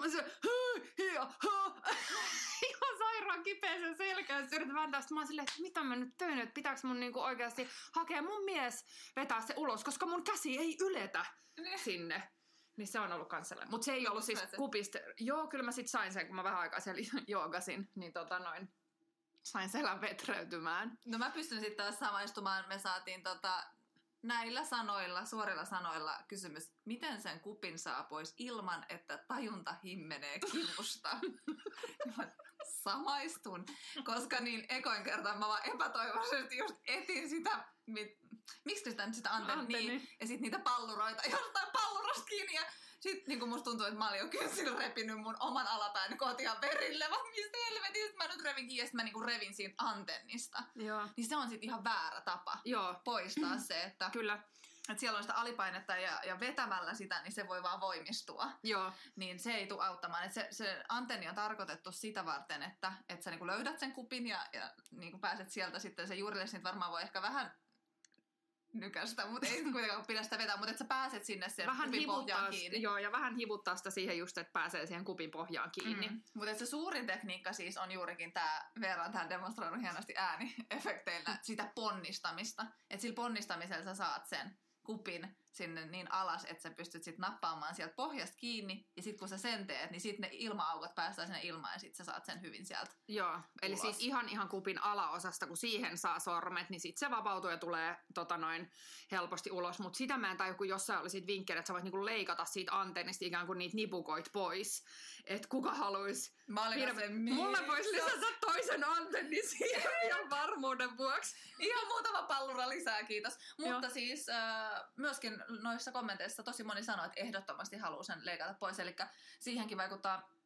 ihan sairaan kipeä sen selkä, ja yritän vääntää. Sit mä oon silleen, että mitä mä nyt töin, että pitääkö mun niinku oikeasti hakea mun mies vetää se ulos, koska mun käsi ei yletä sinne. Niin se on ollut kans sellainen. Mut se ei ollut siis kupista. Joo, kyllä mä sit sain sen, kun mä vähän aikaa siellä joogasin, niin sain selän vetreytymään. No mä pystyn sitten taas samaistumaan. Me saatiin näillä sanoilla, suorilla sanoilla kysymys, miten sen kupin saa pois ilman, että tajunta himmenee kivusta. Samaistun, koska niin ekoin kertaan mä vaan epätoivoisesti just etin sitä, miksi sitä nyt sitä antennia, ja sit niitä palluroita, jostain pallurosta kiinni, ja sit niin musta tuntuu, että mä olin jo kynsillä repinyt mun oman alapään kotiin verille, vaan mistä helvetistä mä nyt revin kiinni, ja sit mä niin revin siitä antennista. Joo. Niin se on sit ihan väärä tapa poistaa se, että kyllä. Että siellä on sitä alipainetta ja vetämällä sitä, niin se voi vaan voimistua. Joo. Niin se ei tule auttamaan. Et se antenni on tarkoitettu sitä varten, että sä niinku löydät sen kupin ja niinku pääset sieltä sitten sen juurille. Sitten varmaan voi ehkä vähän nykästä, mutta ei kuitenkaan pidä sitä vetää. Mutta että sä pääset sinne sen kupin pohjaan kiinni. Joo, ja vähän hivuttaa sitä siihen just, että pääsee siihen kupin pohjaan kiinni. Mutta se suurin tekniikka siis on juurikin tämä, Veera on tähän demonstroinut hienosti ääniefekteillä, sitä ponnistamista. Että sillä ponnistamisella sä saat sen kupin sinne niin alas, että sä pystyt sitten nappaamaan sieltä pohjasta kiinni, ja sitten kun sä sen teet, niin sitten ne ilma-aukot päästään sinne ilmaan, ja sitten sä saat sen hyvin sieltä Joo, eli ulos. siis ihan kupin alaosasta, kun siihen saa sormet, niin sitten se vapautuu ja tulee helposti ulos, mutta sitä mä en tajua, kun jossain oli siitä vinkkejä, että sä voit niinku leikata siitä antennista ikään kuin niitä nipukoit pois, että kuka haluaisi. Mulle voisi lisätä toisen antennin siihen ihan varmuuden vuoksi. Ihan muutama pallura lisää, kiitos. Mutta siis myöskin noissa kommenteissa tosi moni sanoo, että ehdottomasti haluaa sen leikata pois. Eli siihenkin vaikuttaa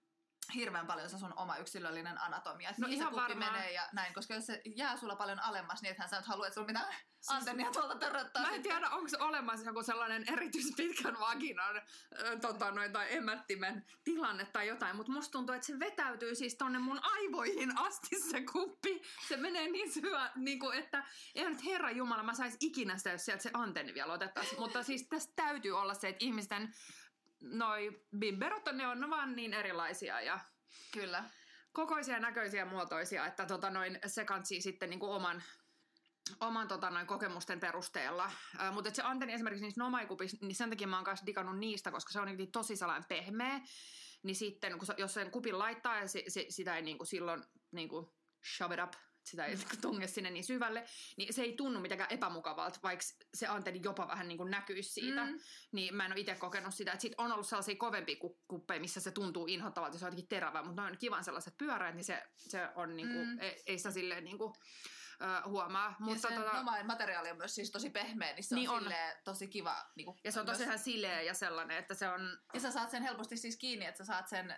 hirveän paljon se sun oma yksilöllinen anatomia. Että No mihin se ihan kuppi varmaan. menee ja näin. Koska jos se jää sulla paljon alemmas, niin ethän sä nyt halua, että sulla mitään antennia tuolta törröttää. Mä en tiedä, onko olemassa joku sellainen erityisen pitkän vaginan tai emättimen tilanne tai jotain, mutta musta tuntuu, että se vetäytyy siis tonne mun aivoihin asti se kuppi. Se menee niin syvä, niin kuin, että ei nyt Herra Jumala, mä sais ikinä sitä, jos sieltä se antenni vielä otettaisiin. Mutta siis tässä täytyy olla se, että ihmisten noi bimberot, ne on vaan niin erilaisia ja Kyllä. kokoisia, näköisiä, muotoisia, että se kantsii sitten niinku oman kokemusten perusteella. Mutta se antenni esimerkiksi niissä nomaikupissa, niin sen takia mä oon kanssa digannut niistä, koska se on niin tosi sellainen pehmeä. Niin sitten, jos sen kupin laittaa ja sitä ei niinku silloin niinku shove it up, sitä ei tunge sinne niin syvälle, niin se ei tunnu mitenkään epämukavalta, vaikka se antenni jopa vähän niin kuin näkyisi siitä. Niin mä en ole itse kokenut sitä. Että sit on ollut sellaisia kovempia kuppeja, missä se tuntuu inhottavalta, se on jotenkin terävää, mutta ne on kivan sellaiset pyöräät, niin se on niin kuin, ei sitä silleen niin kuin huomaa. Mutta ja sen nomain materiaali on myös siis tosi pehmeä, niin se niin on silleen tosi kiva. Niin kuin, ja se on tosi ihan sileä ja sellainen, että se on... Ja sä saat sen helposti siis kiinni, että sä saat sen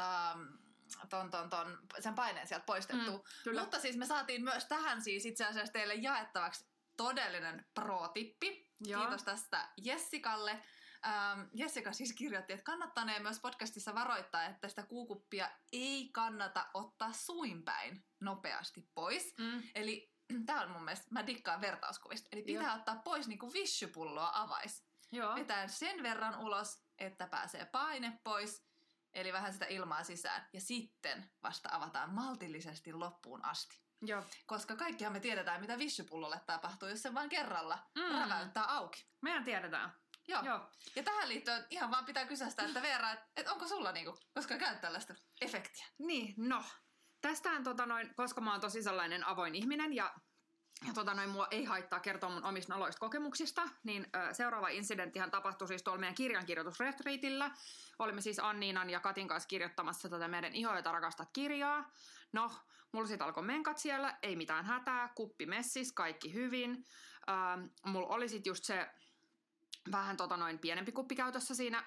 sen paineen sieltä poistettua. Mutta siis me saatiin myös tähän siis itse asiassa teille jaettavaksi todellinen pro-tippi. Joo. Kiitos tästä Jessikalle. Jessica siis kirjoitti, että kannattanee myös podcastissa varoittaa, että sitä kuukuppia ei kannata ottaa suinpäin nopeasti pois. Eli tää on mun mielestä, mä dikkaan vertauskuvista. Eli pitää ottaa pois niin kuin vissypulloa avais. Joo. Vetään sen verran ulos, että pääsee paine pois. Eli vähän sitä ilmaa sisään. Ja sitten vasta avataan maltillisesti loppuun asti. Joo. Koska kaikkihan me tiedetään, mitä vissypullolle tapahtuu, jos se vaan kerralla räväyttää auki. Mehän tiedetään. Joo. Ja tähän liittyen ihan vaan pitää kysästä, että Veera, että onko sulla niinku, koska käyt tällaista efektiä? Niin, no. Tästähän koska mä oon tosi sellainen avoin ihminen ja mua ei haittaa kertoa mun omista noloista kokemuksista, niin seuraava incidenttihan tapahtui siis tuolla meidän kirjankirjoitusretriitillä. Olimme siis Anniinan ja Katin kanssa kirjoittamassa tätä meidän Iho, jota rakastat -kirjaa. No, mulla sit alkoi menkat siellä, ei mitään hätää, kuppi messis, kaikki hyvin. Mulla oli sit just se vähän pienempi kuppi käytössä siinä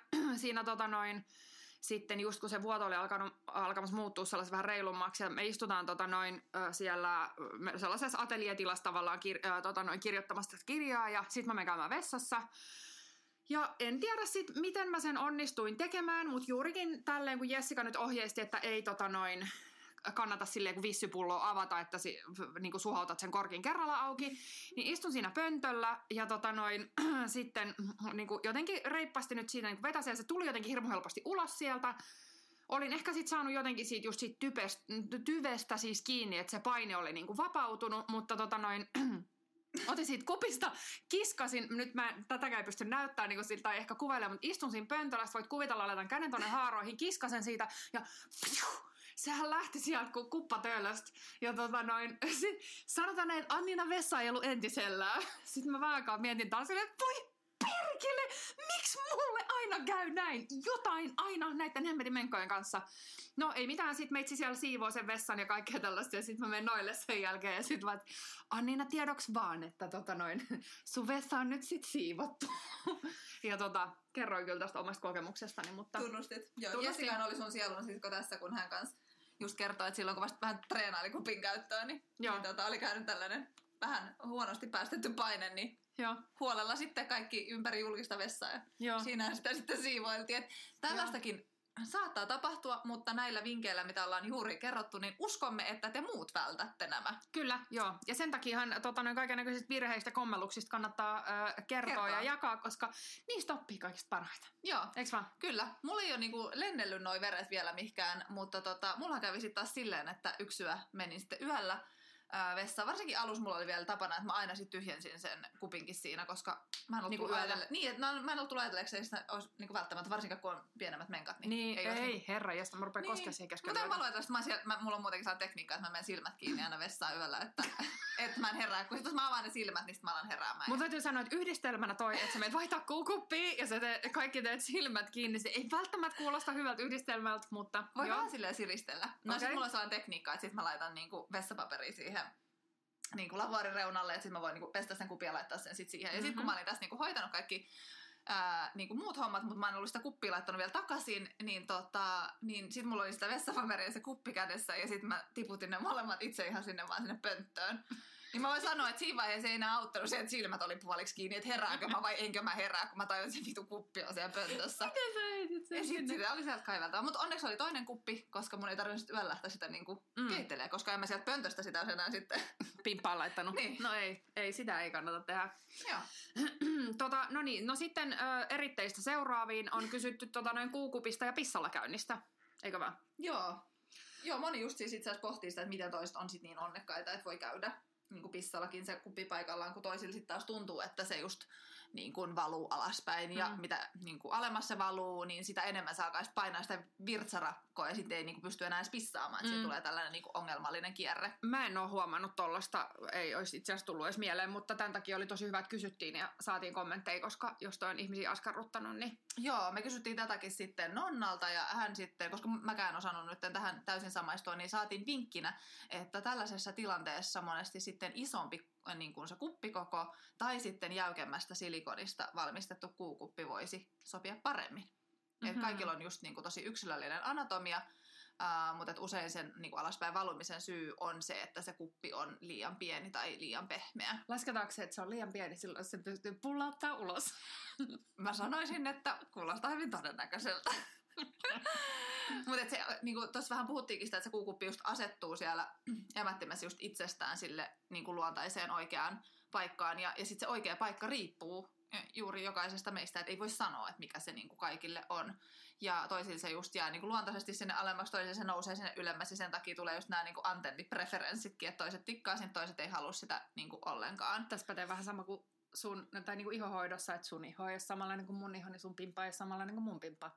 sitten just kun se vuoto oli alkamassa muuttua sellaisen vähän reilummaksi, ja me istutaan siellä sellaisessa ateljetilassa tavallaan kirjoittamassa kirjaa, ja sitten mä menen käymään vessassa. Ja en tiedä sitten, miten mä sen onnistuin tekemään, mutta juurikin tälleen, kun Jessica nyt ohjeisti, että ei kannata silleen, kun vissypulloa avata, että niin suhautat sen korkin kerralla auki, niin istun siinä pöntöllä ja sitten niin jotenkin reippaasti nyt siinä niin vetäsen, ja se tuli jotenkin hirmu helposti ulos sieltä. Olin ehkä sitten saanut jotenkin siitä tyvestä siis kiinni, että se paine oli niin vapautunut, mutta otin siitä kupista, kiskasin, nyt tätäkään ei pysty näyttämään niin siltä tai ehkä kuvailemaan, mutta istun siinä pöntöllä, voit kuvitella, laitan käden tuonne haaroihin, kiskasen siitä ja sehän lähti sieltä kuin kuppatöölöstä. Ja sanotaan näin, että Anniina vessa ei ollut entisellään. Sitten mä vähän mietin taas silleen, että voi perkele, miksi mulle aina käy näin? Jotain aina näiden hemmetin menkkojen kanssa. No ei mitään, sit meitsi siellä siivoo sen vessan ja kaikkea tällaista, ja sit mä menen noille sen jälkeen, ja sit vaan, Anniina tiedoks vaan, että sun vessa on nyt sit siivottu. Ja kerroin kyllä tästä omasta kokemuksestani, mutta... Tunnustit. Joo, Jessica oli sun sielun sisko tässä, kun hän kanssa just kertoi, että silloin kun vasta vähän treenaili kupin käyttöä, niin oli käynyt tällainen vähän huonosti päästetty paine, niin huolella sitten kaikki ympäri julkista vessaa, ja siinä sitä sitten siivoiltiin. Että tällaistakin saattaa tapahtua, mutta näillä vinkkeillä, mitä ollaan juuri kerrottu, niin uskomme, että te muut vältätte nämä. Kyllä, joo. Ja sen takiahan kaikennäköisistä virheistä kommelluksista kannattaa kertoa ja jakaa, koska niistä oppii kaikista parhaita. Joo. Eiks vaan? Kyllä. Mulla ei ole niinku lennellyt noi veret vielä mihinkään, mutta mulla kävi sitten taas silleen, että yksi yö menin sitten yöllä vessaan. Varsinkin alussa mulla oli vielä tapana, että mä aina sitten tyhjensin sen kupinkin siinä, koska mä en ollut tullut ajatella. Niin, että mä en ollut tullut ajatelleeksi, että sitä olisi niinku välttämättä, varsinkaan kun on pienemmät menkat. Niin, ei herra, josta mä rupean koskea siihen keskellä. Mutta en mä luetella, että mulla on muutenkin sellainen tekniikka, että mä menen silmät kiinni aina vessaan yöllä, että mä en herää. Kun jos mä avaan ne silmät, niin sitten mä alan heräämään. Mutta täytyy sanoa, että yhdistelmänä että sä menet vaihtaa kuukuppiin ja sä kaikki teet silmät kiinni. Se ei välttämättä kuulosta hyvältä yhdistelmältä, mutta... Voi vähän silleen siristellä. No sit mulla on sellainen tekniikka, että sit mä laitan niinku vessapaperia siihen niinku lavuaarin reunalle, että sit mä voin niinku pestä sen kupin ja laittaa sen sit siihen. Ja sit kun mä olin tässä niinku hoitanut kaikki niin kuin muut hommat, mutta mä en ollut sitä kuppia laittanut vielä takaisin, niin sit mulla oli sitä vessapaperia se kuppi kädessä ja sit mä tiputin ne molemmat itse ihan sinne pönttöön. Niin mä voin sanoa, että siinä vaiheessa ei enää auttanut se, että silmät oli puoliksi kiinni, että herääkö mä vai enkö mä herää, kun mä tajuin, että se vitu kuppi on siellä pöntössä. Miten sä heitit sen? Ja sitten oli sieltä kaiveltava. Mutta onneksi oli toinen kuppi, koska mun ei tarvinnut yöllä lähteä sitä niinku keittelee, koska en mä sieltä pöntöstä sitä olisi enää sitten pimppaan laittanut. Niin. No ei, sitä ei kannata tehdä. Joo. No sitten eritteistä seuraaviin on kysytty kuukupista ja pissalla käynnistä, eikö vaan? Joo, moni just siis itse asiassa pohtii sitä, että miten toiset on sit niin onnekkaita, että voi käydä niin kuin pissallakin se kuppi paikallaan, kun toisilla sitten taas tuntuu, että se just niin kuin valuu alaspäin ja mitä niin kuin alemmas se valuu, niin sitä enemmän saa kai painaa sitä virtsarakkoa ja sitten ei niin kuin pysty enää edes pissaamaan, että siitä tulee tällainen niin kuin ongelmallinen kierre. Mä en ole huomannut tollasta, ei olisi itse asiassa tullut edes mieleen, mutta tämän takia oli tosi hyvä, että kysyttiin ja saatiin kommentteja, koska jos toi on ihmisiä askarruttanut, niin... Joo, me kysyttiin tätäkin sitten Nonnalta ja hän sitten, koska mäkään osannut nyt tähän täysin samaistua, niin saatiin vinkkinä, että tällaisessa tilanteessa monesti sitten isompi niin kuin se kuppikoko tai sitten jäykemmästä silikonista valmistettu kuukuppi voisi sopia paremmin. Et kaikilla on just niin kuin tosi yksilöllinen anatomia, mutta usein sen niin kuin alaspäin valumisen syy on se, että se kuppi on liian pieni tai liian pehmeä. Lasketaanko se, että se on liian pieni, silloin se pystyy pullauttaa ulos? Mä sanoisin, että kuulostaa hyvin todennäköiseltä. Mutta niinku, tuossa vähän puhuttiinkin sitä, että se kuukuppi just asettuu siellä emättimessä just itsestään sille niinku luontaiseen oikeaan paikkaan. Ja sitten se oikea paikka riippuu juuri jokaisesta meistä, että ei voi sanoa, että mikä se niinku kaikille on. Ja toisille se just jää niinku luontaisesti sinne alemmaksi, toisille se nousee sinne ylemmäs ja sen takia tulee just nämä niinku antennipreferenssitkin, että toiset tikkaa sen, toiset ei halua sitä niinku ollenkaan. Tässä pätee vähän sama kuin sun, tai niinku ihohoidossa, että sun iho ei ole samanlainen kuin mun iho, niin sun pimpa ei ole samanlainen kuin mun pimpa.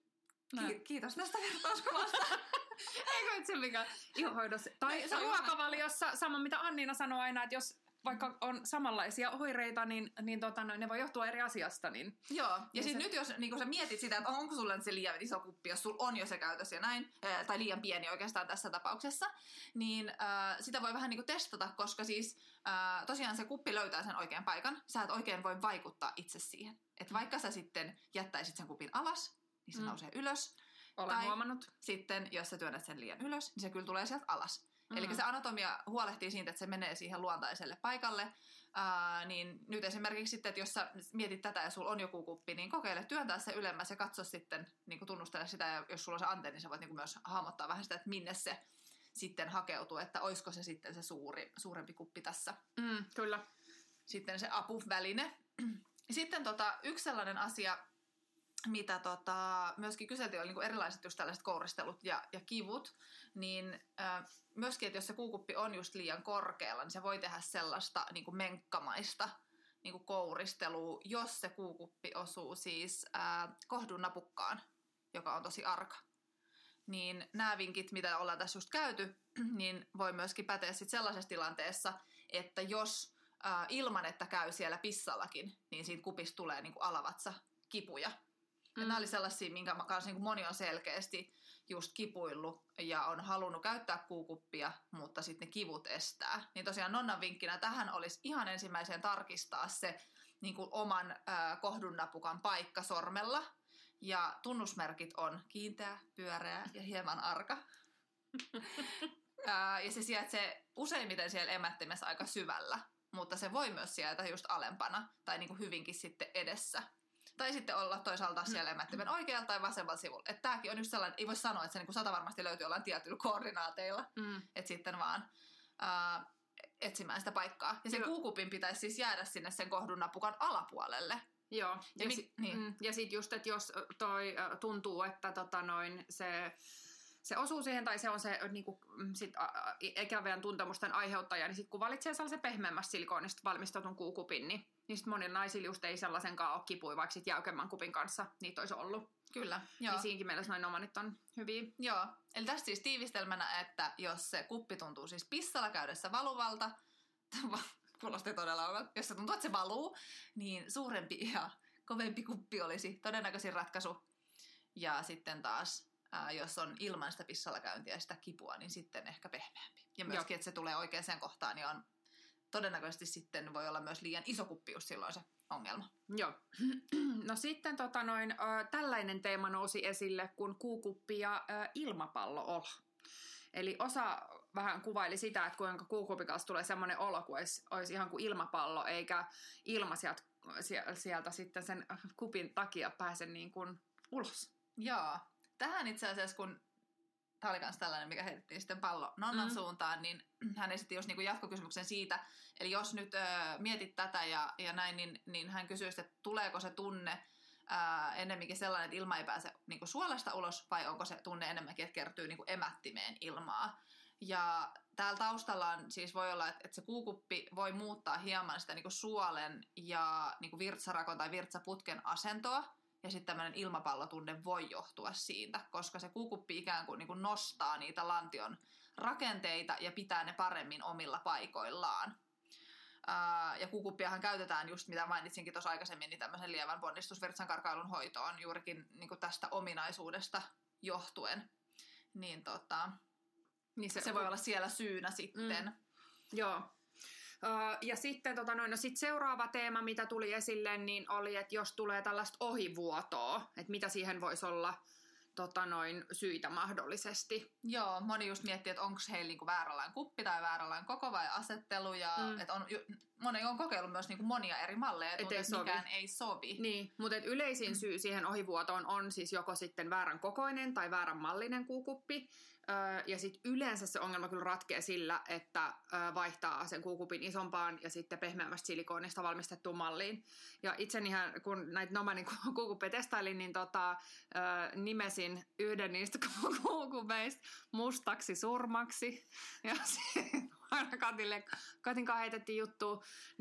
Kiitos tästä vertauskuvasta. Eikö se mikä ihohoidossa? Tai ruokavaliossa, sama mitä Anniina sanoo aina, että jos vaikka on samanlaisia oireita, niin ne voi johtua eri asiasta. Niin. Joo, ja sitten nyt jos niin sä mietit sitä, että onko sulla se liian iso kuppi, jos sulla on jo se käytössä ja näin, tai liian pieni oikeastaan tässä tapauksessa, niin sitä voi vähän niin kuin testata, koska siis tosiaan se kuppi löytää sen oikean paikan. Sä et oikein voi vaikuttaa itse siihen. Että vaikka sä sitten jättäisit sen kupin alas, niin se nousee ylös. Olen huomannut. Sitten, jos sä työnnät sen liian ylös, niin se kyllä tulee sieltä alas. Eli se anatomia huolehtii siitä, että se menee siihen luontaiselle paikalle. Niin nyt esimerkiksi sitten, että jos sä mietit tätä ja sulla on joku kuppi, niin kokeile työntää se ylemmäs ja katso sitten, niin tunnustele sitä. Ja jos sulla on se antenni, sä voit niin myös hahmottaa vähän sitä, että minne se sitten hakeutuu. Että olisiko se sitten se suurempi kuppi tässä. Kyllä. Sitten se apuväline. Sitten yksi sellainen asia, mitä myöskin kyseltiin, oli niin kuin erilaiset just tällaiset kouristelut ja kivut, niin myöskin, että jos se kuukuppi on just liian korkealla, niin se voi tehdä sellaista niin kuin menkkamaista niin kuin kouristelua, jos se kuukuppi osuu siis kohdunnapukkaan, joka on tosi arka. Niin nämä vinkit, mitä ollaan tässä just käyty, niin voi myöskin päteä sit sellaisessa tilanteessa, että jos ilman, että käy siellä pissallakin, niin siitä kupista tulee niin kuin alavatsa kipuja. Nämä oli sellaisia, minkä kanssa niin moni on selkeästi just kipuillut ja on halunnut käyttää kuukuppia, mutta sitten ne kivut estää. Niin tosiaan Nonnan vinkkinä tähän olisi ihan ensimmäiseen tarkistaa se niin kuin oman kohdunnapukan paikka sormella. Ja tunnusmerkit on kiinteä, pyöreä ja hieman arka. Ja se sijaitsee useimmiten siellä emättimessä aika syvällä, mutta se voi myös sijaita just alempana tai niin kuin hyvinkin sitten edessä. Tai sitten olla toisaalta siellä emättimen oikealla tai vasemmalla sivulla. Että tämäkin on just sellainen, ei voi sanoa, että se niin kuin 100 varmasti löytyy jollain tietyillä koordinaateilla. Että sitten vaan etsimään sitä paikkaa. Ja sen kuukupin pitäisi siis jäädä sinne sen kohdunnapukan alapuolelle. Joo. Ja sitten just, että jos toi tuntuu, että se osuu siihen tai se on se niinku, ikävän tuntemusten aiheuttaja, niin sitten kun valitsee sellaisen pehmeämmästä silikoonista valmistetun kuukupin, niin sitten monilla naisilla just ei sellaisenkaan ole kipui, vaikka sitten jäykemmän kupin kanssa niitä olisi ollut. Kyllä, joo. Niin siinkin mielessä noin omanit on hyviä. Joo, eli tästä siis tiivistelmänä, että jos se kuppi tuntuu siis pissalla käydessä valuvalta, kuulosti todella omalta, jos se tuntuu, että se valuu, niin suurempi ja kovempi kuppi olisi todennäköisin ratkaisu. Ja sitten taas, jos on ilman sitä pissalla käyntiä ja sitä kipua, niin sitten ehkä pehmeämpi. Ja myöskin, että se tulee oikeaan kohtaan, niin on todennäköisesti sitten voi olla myös liian iso kuppi just silloin se ongelma. Joo. No sitten tällainen teema nousi esille, kun kuukuppi ja ilmapallo-olo. Eli osa vähän kuvaili sitä, että kuinka kuukupin kanssa tulee semmoinen olo, kuin olisi ihan kuin ilmapallo, eikä ilma sieltä sitten sen kupin takia pääse niin kuin ulos. Joo. Tähän itse asiassa, kun tämä oli myös tällainen, mikä heitettiin sitten pallo Nonnan suuntaan, niin hän esitti just niin kuin jatkokysymyksen siitä, eli jos nyt mietit tätä ja näin, niin hän kysyi, että tuleeko se tunne ennemminkin sellainen, että ilma ei pääse niin kuin suolesta ulos, vai onko se tunne enemmänkin, että kertyy niin kuin emättimeen ilmaa. Ja täällä taustalla on, siis voi olla, että se kuukuppi voi muuttaa hieman sitä niin kuin suolen ja niin kuin virtsarakon tai virtsaputken asentoa, ja sitten tämmöinen ilmapallotunne voi johtua siitä, koska se kuukuppi ikään kuin, nostaa niitä lantion rakenteita ja pitää ne paremmin omilla paikoillaan. Ja kuukuppiahan käytetään just, mitä mainitsinkin tuossa aikaisemmin, niin tämmöisen lievän ponnistusvirtsankarkailun hoitoon juurikin niin kuin tästä ominaisuudesta johtuen. Niin, niin se voi olla siellä syynä sitten. Joo. Ja sitten sit seuraava teema, mitä tuli esille, niin oli, että jos tulee tällaista ohivuotoa, että mitä siihen voisi olla syitä mahdollisesti. Joo, moni just miettii, että onko heillä niinku vääränlainen kuppi tai vääränlainen koko vai asettelu. Ja moni on kokeillut myös niinku monia eri malleja, että mikään ei sovi. Niin, mutta yleisin syy siihen ohivuotoon on siis joko sitten väärän kokoinen tai väärän mallinen kuukuppi. Ja sitten yleensä se ongelma kyllä ratkeaa sillä, että vaihtaa sen kuukupin isompaan ja sitten pehmeämmästä silikoonista valmistettuun malliin. Ja itsenihän, kun näitä Nomanin kuukuppeja testailin, niin nimesin yhden niistä kuukupeista mustaksi surmaksi. Ja aina Katin kanssa heitettiin juttua,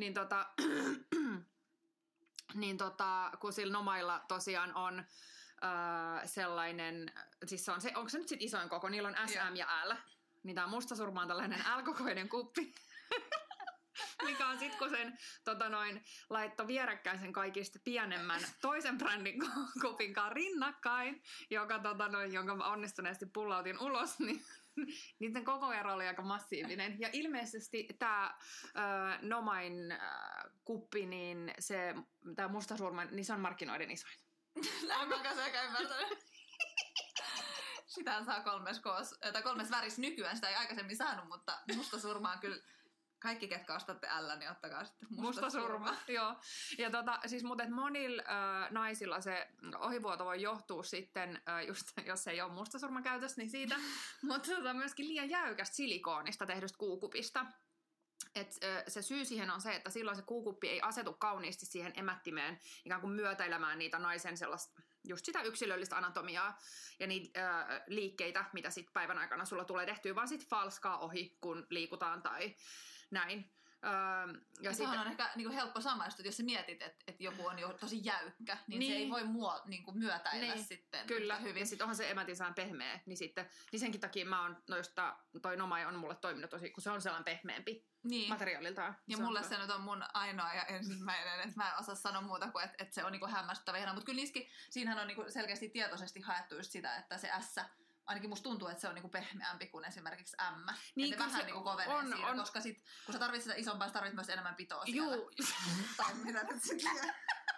kun sillä Nomailla tosiaan on sellainen, siis onko se nyt sit isoin koko, niillä on S, M ja L, niin tää mustasurma on tällainen L-kokoinen kuppi, mikä on sit kun sen laittoi vierekkäin sen kaikista pienemmän toisen brändin kupin kanssa rinnakkain, jonka onnistuneesti pullautin ulos, niin niiden koko ero oli aika massiivinen. Ja ilmeisesti tämä Nomain kuppi, niin tämä mustasurma, niin se on markkinoiden isoin. Näin mä kanssa ymmärtänyt. Sitä saa 3 värissä nykyään, sitä ei aikaisemmin saanut, mutta mustasurma on kyllä, kaikki ketkä ostatte L, niin ottakaa sitten mustasurma. Joo. Ja siis mutta monilla naisilla se ohivuoto voi johtua sitten, just jos ei ole mustasurma käytössä, niin siitä, mutta myöskin liian jäykästä silikoonista tehdystä kuukupista. Et se syy siihen on se, että silloin se kuukuppi ei asetu kauniisti siihen emättimeen ikään kuin myötäilemään niitä naisen sellaista, just sitä yksilöllistä anatomiaa ja niitä liikkeitä, mitä sitten päivän aikana sulla tulee tehtyä, vaan sitten falskaa ohi, kun liikutaan tai näin. Ja sehän on ehkä niinku helppo samaistua, että jos sä mietit, että joku on jo tosi jäykkä, niin se ei voi myötäillä sitten. Kyllä, hyvin. Ja sitten onhan se emätinsään pehmeä, niin senkin takia toi Nomai on mulle toiminut tosi, kun se on sellainen pehmeämpi materiaaliltaan. Ja mulle se nyt on mun ainoa ja ensimmäinen, että mä en osaa sanoa muuta kuin, että se on niinku hämmästyttävä ihana. Mutta kyllä siinähän on niinku selkeästi tietoisesti haettu just sitä, että se S, ainakin musta tuntuu, että se on niinku pehmeämpi kuin esimerkiksi M. Niin, että vähän niinku kovenee siinä, koska sit, kun sä tarvitset sitä isompaa, sä tarvitset myös enemmän pitoa siellä. Tai mitä nyt sitten.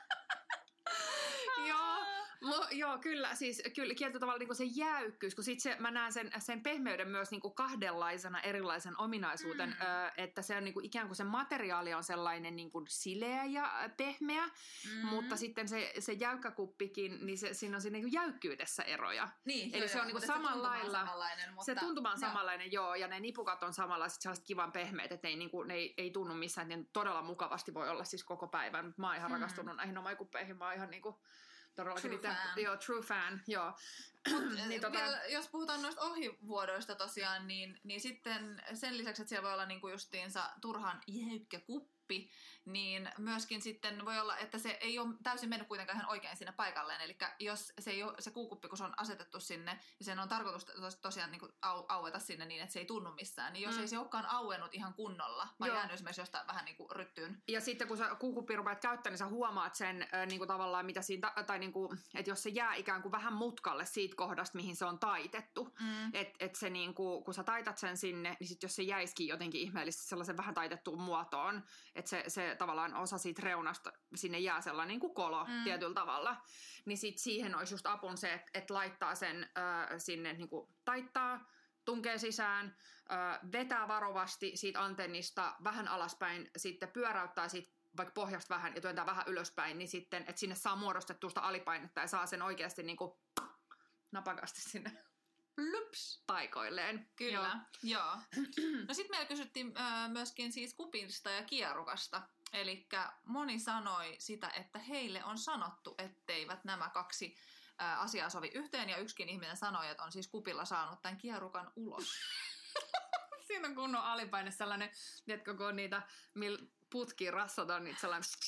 Joo, kyllä, siis kyllä kieltä tavalla niin kuin se jäykkyys, kun sit mä näen sen pehmeyden myös niin kuin kahdenlaisena erilaisen ominaisuuden, että se on niin kuin, ikään kuin se materiaali on sellainen niin kuin sileä ja pehmeä, mutta sitten se jäykkä kuppikin, niin siinä on siinä niin kuin jäykkyydessä eroja. Niin, eli se on niin kuin samalla lailla, mutta se tuntuma on samanlainen, joo, ja ne nipukat on samanlaiset, sellaiset kivan pehmeät, että ne ei tunnu missään, että ne todella mukavasti voi olla siis koko päivän. Mä oon ihan rakastunut näihin Nomai-kuppeihin, mä oon ihan niinku true fan, joo. Niin, jos puhutaan noista ohivuodoista tosiaan, niin sitten sen lisäksi, että siellä voi olla niinku justiinsa turhan jäykkä kuppi, kuukuppi, niin myöskin sitten voi olla, että se ei ole täysin mennyt kuitenkaan ihan oikein sinne paikalleen. Eli jos se ei ole se kuukuppi, kun se on asetettu sinne, ja sen on tarkoitus tosiaan niin kuin aueta sinne niin, että se ei tunnu missään, niin jos ei se olekaan auennut ihan kunnolla, vaan jäänyt esimerkiksi jostain vähän niin kuin ryttyyn. Ja sitten kun sä kuukuppi rupeat käyttämään, niin sä huomaat sen niin kuin tavallaan, mitä siinä, tai niin kuin, että jos se jää ikään kuin vähän mutkalle siitä kohdasta, mihin se on taitettu. Että se niin kuin, kun sä taitat sen sinne, niin sitten jos se jäisikin jotenkin ihmeellisesti sellaisen vähän taitettuun muotoon, että se tavallaan osa siitä reunasta, sinne jää sellainen niin kuin kolo tietyllä tavalla, niin sitten siihen olisi just apun se, että laittaa sen sinne niin kuin taittaa, tunkee sisään, vetää varovasti siitä antennista vähän alaspäin, sitten pyöräyttää siitä vaikka pohjasta vähän ja työntää vähän ylöspäin, niin sitten, että sinne saa muodostettua sitä alipainetta ja saa sen oikeasti niin kuin napakasti sinne plups paikoilleen. Kyllä, joo. No sitten meillä kysyttiin myöskin siis kupista ja kierukasta. Eli moni sanoi sitä, että heille on sanottu, etteivät nämä kaksi asiaa sovi yhteen. Ja yksikin ihminen sanoi, että on siis kupilla saanut tämän kierukan ulos. Siinä on kunnon alipaine sellainen, tiedätkö, kun on niitä, millä putkiin rassataan, niin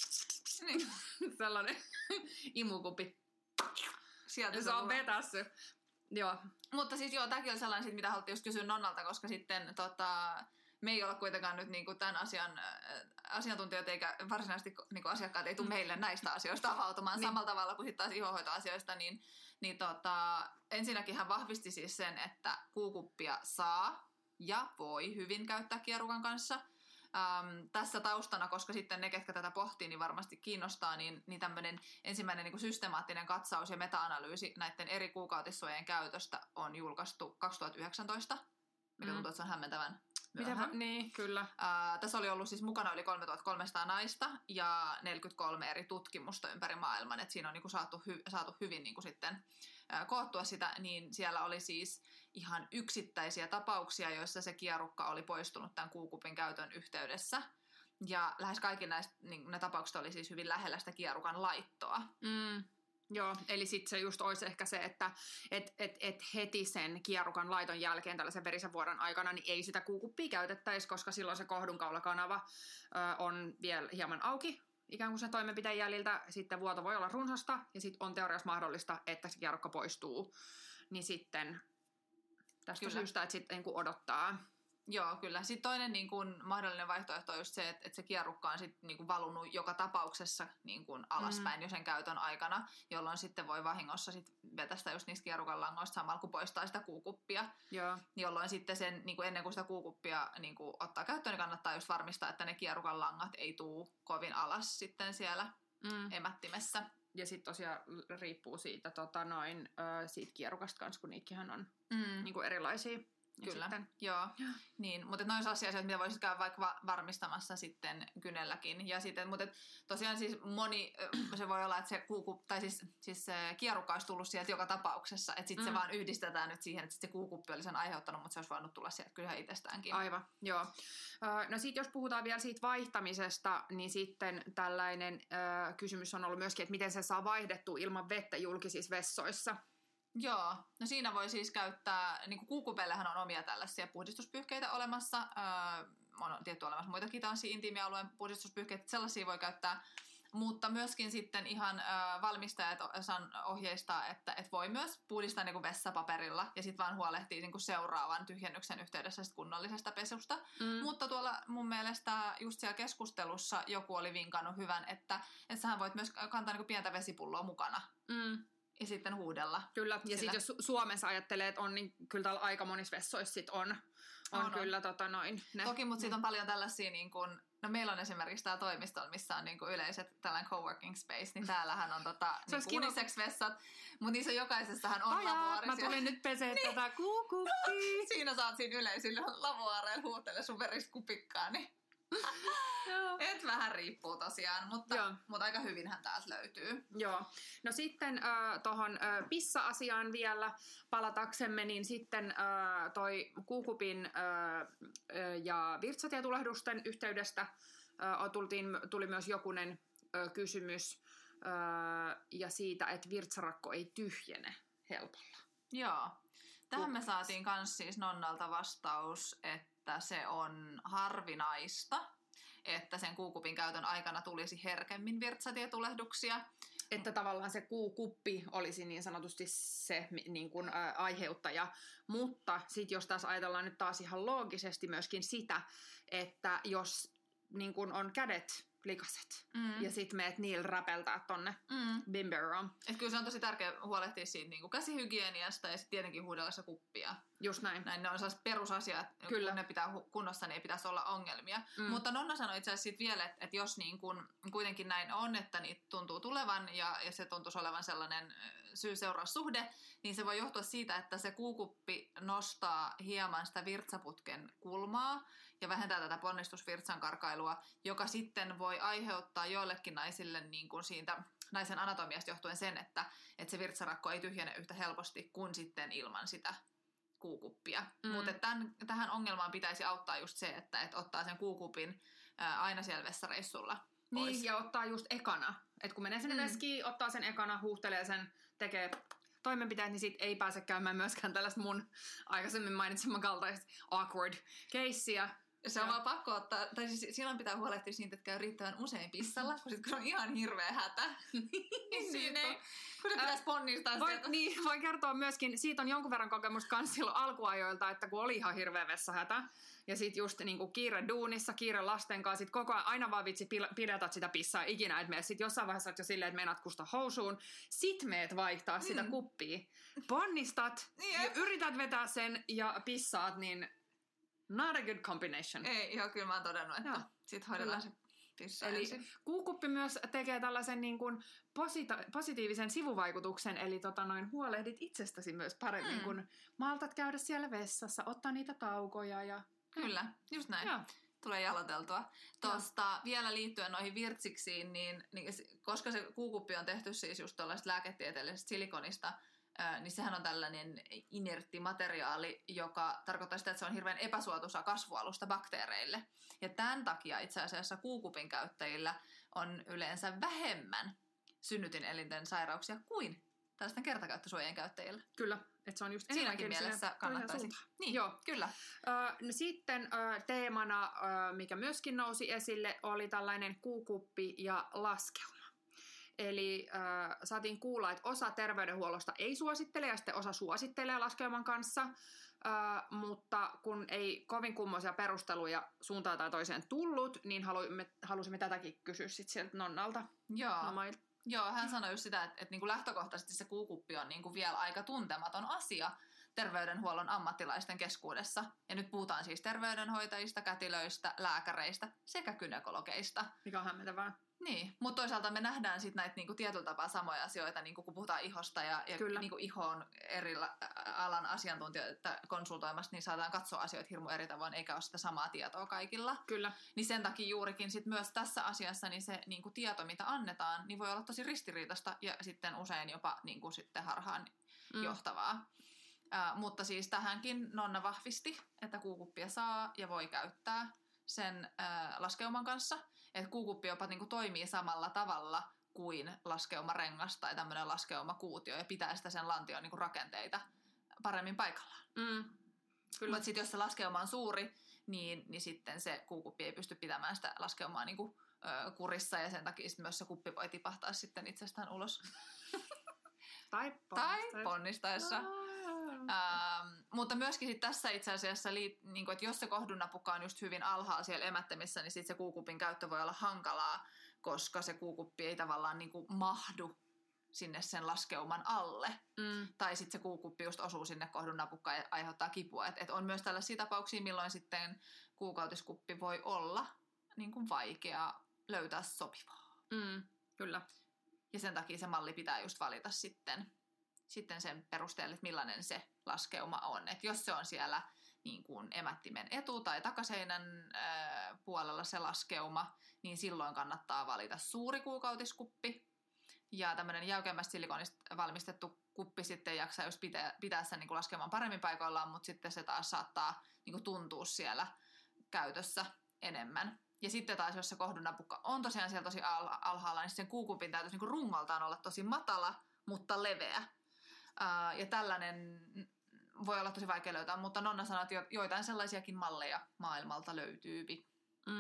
sellainen imukupi. Sieltä se on vetässy. Joo. Mutta siis joo, tämäkin oli sellainen, mitä haluttiin just kysyä Nonnalta, koska sitten me ei olla kuitenkaan nyt niinku tämän asian asiantuntijat eikä varsinaisesti niinku asiakkaat ei tule meille näistä asioista avautumaan samalla tavalla kuin sitten taas ihohoitoasioista, niin ensinnäkin hän vahvisti siis sen, että kuukuppia saa ja voi hyvin käyttää kierukan kanssa. Tässä taustana, koska sitten ne, ketkä tätä pohtii, niin varmasti kiinnostaa, niin tämmöinen ensimmäinen niin kuin systemaattinen katsaus ja meta-analyysi näiden eri kuukautissuojien käytöstä on julkaistu 2019, mikä tuntuu, että se on hämmentävän myöhään. Niin, kyllä. Tässä oli ollut siis mukana yli 3300 naista ja 43 eri tutkimusta ympäri maailman, että siinä on niin kuin saatu hyvin niin kuin sitten koottua sitä, niin siellä oli siis ihan yksittäisiä tapauksia, joissa se kierukka oli poistunut tämän kuukupin käytön yhteydessä. Ja lähes kaikki näistä, niin ne tapaukset oli siis hyvin lähellä sitä kierukan laittoa. Joo, eli sitten se just olisi ehkä se, että heti sen kierukan laiton jälkeen tällaisen verisen vuoden aikana niin ei sitä kuukuppia käytettäisi, koska silloin se kohdunkaulakanava on vielä hieman auki. Ikään kuin se toimenpiteen jäljiltä, sitten vuoto voi olla runsasta ja sitten on teoriassa mahdollista, että se kierrokka poistuu. Niin sitten tästä syystä, että sitten niin odottaa. Joo, kyllä. Sitten toinen niin kuin, mahdollinen vaihtoehto on just se, että se kierrukka on sitten niin kuin valunut joka tapauksessa niin kuin alaspäin jo sen käytön aikana, jolloin sitten voi vahingossa sit vetästä just niistä kierukan langoista samalla, kun poistaa sitä kuukuppia. Joo. Jolloin sitten sen, niin kuin ennen kuin sitä kuukuppia niin kuin ottaa käyttöön, niin kannattaa just varmistaa, että ne kierukan langat ei tule kovin alas sitten siellä emättimessä. Ja sitten tosiaan riippuu siitä, siitä kierukasta kanssa, kun niitäkin on niin kuin erilaisia. Kyllä, sitten. Joo. Niin, mutta noissa asioissa, mitä voisit käydä vaikka varmistamassa sitten kynelläkin. Ja sitten, mutta tosiaan siis moni, se voi olla, että se siis se kierukka olisi tullut sieltä joka tapauksessa, että sitten se vaan yhdistetään nyt siihen, että se kuukuppi oli sen aiheuttanut, mutta se olisi voinut tulla sieltä kyllä itsestäänkin. Aivan, joo. No sitten jos puhutaan vielä siitä vaihtamisesta, niin sitten tällainen kysymys on ollut myöskin, että miten se saa vaihdettua ilman vettä julkisissa vessoissa. Joo, no siinä voi siis käyttää, niin kuin kuukupeillehän on omia tällaisia puhdistuspyyhkeitä olemassa, on tietty olemassa muitakin tällaisia intiimialueen puhdistuspyyhkeitä, sellaisia voi käyttää, mutta myöskin sitten ihan valmistajat ohjeistaa, että voi myös puhdistaa niin kuin vessapaperilla ja sitten vaan huolehtii niin kuin seuraavan tyhjennyksen yhteydessä kunnollisesta pesusta. Mutta tuolla mun mielestä just siellä keskustelussa joku oli vinkannut hyvän, että sähän voit myös kantaa niin kuin pientä vesipulloa mukana. Ja sitten huudella. Kyllä, ja sitten jos Suomessa ajattelee, että on, niin kyllä täällä aika monissa vessoissa sit on kyllä ne. Toki, mutta sitten on paljon tällaisia, niin kuin, no meillä on esimerkiksi täällä toimistolla, missä on niin kuin yleiset tällainen coworking space, niin täällähän on niin unisex-vessat, mutta niissä jokaisessahan on lavuaarisia. Mä tulin nyt pesee tätä kuukuppia. Siinä saat siinä yleisillä lavuaareilla huutele sun veristä kupikkaa, niin et vähän riippuu tosiaan, mutta aika hyvinhän täältä löytyy. Joo. No sitten tuohon pissa-asiaan vielä palataksemme, niin sitten toi kuukupin ja virtsatietulehdusten yhteydestä tuli myös jokunen kysymys ja siitä, että virtsarakko ei tyhjene helpolla. Joo. Tähän me saatiin kans siis Nonnalta vastaus, että se on harvinaista. että sen kuukupin käytön aikana tulisi herkemmin virtsatietulehduksia. Että tavallaan se kuukuppi olisi niin sanotusti se niin kuin, aiheuttaja. Mutta sitten jos taas ajatellaan nyt taas ihan loogisesti myöskin sitä, että jos niin kuin on kädet likaset ja sitten meet niillä räpeltää tonne bimberoon. Että kyllä se on tosi tärkeää huolehtia siitä niin kuin käsihygieniasta ja sitten tietenkin huudella se kuppia. Just näin. Ne on sellaiset perusasiat, Kyllä. kun ne pitää kunnossa, niin ei pitäisi olla ongelmia. Mutta Nonna sanoi itse asiassa vielä, että jos niin kun kuitenkin näin on, että niitä tuntuu tulevan ja se tuntuisi olevan sellainen syy-seuraussuhde, niin se voi johtua siitä, että se kuukuppi nostaa hieman sitä virtsaputken kulmaa ja vähentää tätä ponnistusvirtsan karkailua, joka sitten voi aiheuttaa joillekin naisille niin kuin siitä naisen anatomiasta johtuen sen, että se virtsarakko ei tyhjene yhtä helposti kuin sitten ilman sitä kuukuppia. Mutta tähän ongelmaan pitäisi auttaa just se, että ottaa sen kuukupin aina siellä vessareissulla pois. Niin, ja ottaa just ekana. Että kun menee sinne veskiin, ottaa sen ekana, huuhtelee sen, tekee toimenpiteet, niin sit ei pääse käymään myöskään tällaista mun aikaisemmin mainitseman kaltaista awkward keissia. Se on vaan pakko ottaa, tai siis silloin pitää huolehtia siitä, että käy riittävän usein pissalla, kun on ihan hirveä hätä. Niin siinä ei, kun se pitäisi ponnistaa sieltä. Niin, voin kertoa myöskin, siitä on jonkun verran kokemusta kans silloin alkuajoilta, että kun oli ihan hirveä vessahätä, ja sit just niinku kiire duunissa, kiire lasten kanssa, sit koko ajan aina vaan vitsi pidätät sitä pissaa ikinä, että meet sit jossain vaiheessa jo silleen, että meinaat kusta housuun, sit meet vaihtaa sitä kuppia. Ponnistat, ja yrität vetää sen ja pissaat, niin not a good combination. Ei, ihan kyllä mä oon todennut, että sit hoidellaan se pissa eli ensin. Kuukuppi myös tekee tällaisen niin kuin positiivisen sivuvaikutuksen, eli huolehdit itsestäsi myös paremmin, kun maltat käydä siellä vessassa, ottaa niitä taukoja. Ja kyllä, just näin. Joo. Tulee jaloteltua. Tuosta vielä liittyen noihin virtsiksiin, niin koska se kuukuppi on tehty siis just tuollaista lääketieteellisestä silikonista, niin sehän on tällainen inertti materiaali, joka tarkoittaa sitä, että se on hirveän epäsuotuisa kasvualusta bakteereille. Ja tämän takia itse asiassa kuukupin käyttäjillä on yleensä vähemmän synnytinelinten sairauksia kuin tällaisten kertakäyttösuojien käyttäjillä. Kyllä, että se on just siinäkin mielessä kannattaisi. Niin, joo, kyllä. No sitten teemana, mikä myöskin nousi esille, oli tällainen kuukuppi ja laskeuma. Eli saatiin kuulla, että osa terveydenhuollosta ei suosittele ja sitten osa suosittelee laskeuman kanssa, mutta kun ei kovin kummoisia perusteluja suuntaan tai toiseen tullut, niin halusimme tätäkin kysyä sitten sieltä Nonnalta. Joo, hän sanoi just sitä, että niin kuin lähtökohtaisesti se kuukuppi on niin kuin vielä aika tuntematon asia terveydenhuollon ammattilaisten keskuudessa. Ja nyt puhutaan siis terveydenhoitajista, kätilöistä, lääkäreistä sekä gynekologeista. Mikä on hämmentävää. Niin, mutta toisaalta me nähdään sitten näitä niinku tietyllä tapaa samoja asioita, niinku kun puhutaan ihosta ja niinku ihoon eri alan asiantuntijoita konsultoimassa, niin saadaan katsoa asioita hirmu eri tavoin, eikä ole sitä samaa tietoa kaikilla. Kyllä. Niin sen takia juurikin sit myös tässä asiassa niin se niinku tieto, mitä annetaan, niin voi olla tosi ristiriitaista ja sitten usein jopa niinku sitten harhaan johtavaa. Mutta siis tähänkin Nonna vahvisti, että kuukuppia saa ja voi käyttää sen laskeuman kanssa. Että kuukuppi jopa niinku toimii samalla tavalla kuin laskeumarengas tai tämmöinen laskeumakuutio ja pitää sitä sen lantion niinku rakenteita paremmin paikallaan. Mutta sitten jos se laskeuma on suuri, niin sitten se kuukuppi ei pysty pitämään sitä laskeumaa niinku, kurissa ja sen takia sit myös se kuppi voi tipahtaa sitten itsestään ulos. Tai ponnistaessa. Mutta myöskin sit tässä itse asiassa, niinku, että jos se kohdunnapukka on just hyvin alhaalla siellä emättämissä, niin sit se kuukupin käyttö voi olla hankalaa, koska se kuukuppi ei tavallaan niinku mahdu sinne sen laskeuman alle. Tai sitten se kuukuppi just osuu sinne kohdunnapukkaan ja aiheuttaa kipua. Et on myös tällaisia tapauksia, milloin sitten kuukautiskuppi voi olla niinku vaikea löytää sopivaa. Kyllä. Ja sen takia se malli pitää just valita sitten sen perusteella, että millainen se laskeuma on. Että jos se on siellä niin kuin emättimen etu- tai takaseinän puolella se laskeuma, niin silloin kannattaa valita suuri kuukautiskuppi. Ja tämmöinen jäykemmästä silikonista valmistettu kuppi sitten jaksaa just pitää sen niin kuin laskeuman paremmin paikoillaan, mutta sitten se taas saattaa niin kuin tuntua siellä käytössä enemmän. Ja sitten taas, jos se kohdunnapukka on tosiaan siellä tosi alhaalla, niin sen kuukupin täytyisi niin kuin rungoltaan olla tosi matala, mutta leveä. Ja tällainen voi olla tosi vaikea löytää, mutta Nonna sanoi, että joitain sellaisiakin malleja maailmalta löytyy.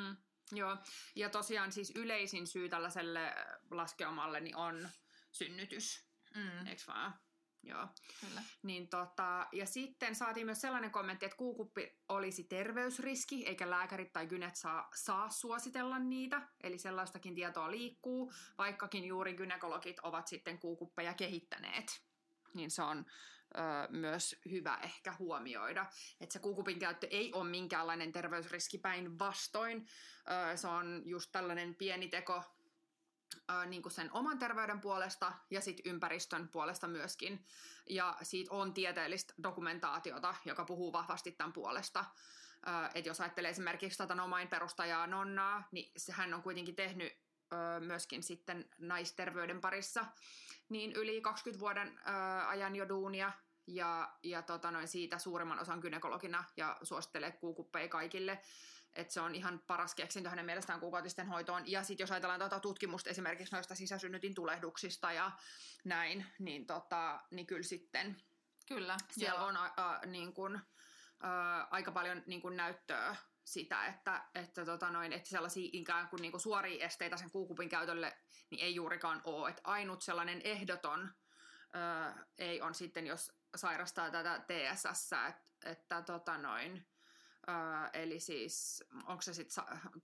Joo, ja tosiaan siis yleisin syy tällaiselle laskeumalle niin on synnytys, eikö vaan? Joo. Kyllä. Niin ja sitten saatiin myös sellainen kommentti, että kuukuppi olisi terveysriski, eikä lääkärit tai gynet saa suositella niitä. Eli sellaistakin tietoa liikkuu, vaikkakin juuri gynekologit ovat sitten kuukuppeja kehittäneet. Niin se on myös hyvä ehkä huomioida, että se kuukupin käyttö ei ole minkäänlainen terveysriski, päinvastoin. Se on just tällainen pieni teko niin kuin sen oman terveyden puolesta ja sitten ympäristön puolesta myöskin. Ja siitä on tieteellistä dokumentaatiota, joka puhuu vahvasti tämän puolesta. Että jos ajattelee esimerkiksi tätä Nomain perustajaa Nonnaa, niin hän on kuitenkin tehnyt myöskin sitten naisterveyden parissa niin yli 20 vuoden ajan jo duunia. Ja siitä suurimman osan gynekologina ja suosittelee kuukuppeja kaikille. Että se on ihan paras keksintö hänen mielestään kuukautisten hoitoon. Ja sitten jos ajatellaan tutkimusta esimerkiksi noista sisäsynnytin tulehduksista ja näin, niin kyllä sitten siellä on aika paljon niin kuin näyttöä sitä, että sellaisia ikään kuin, suoria esteitä sen kuukupin käytölle niin ei juurikaan ole. Että ainut sellainen ehdoton ei on sitten, jos sairastaa tätä TSS, eli siis onko se sitten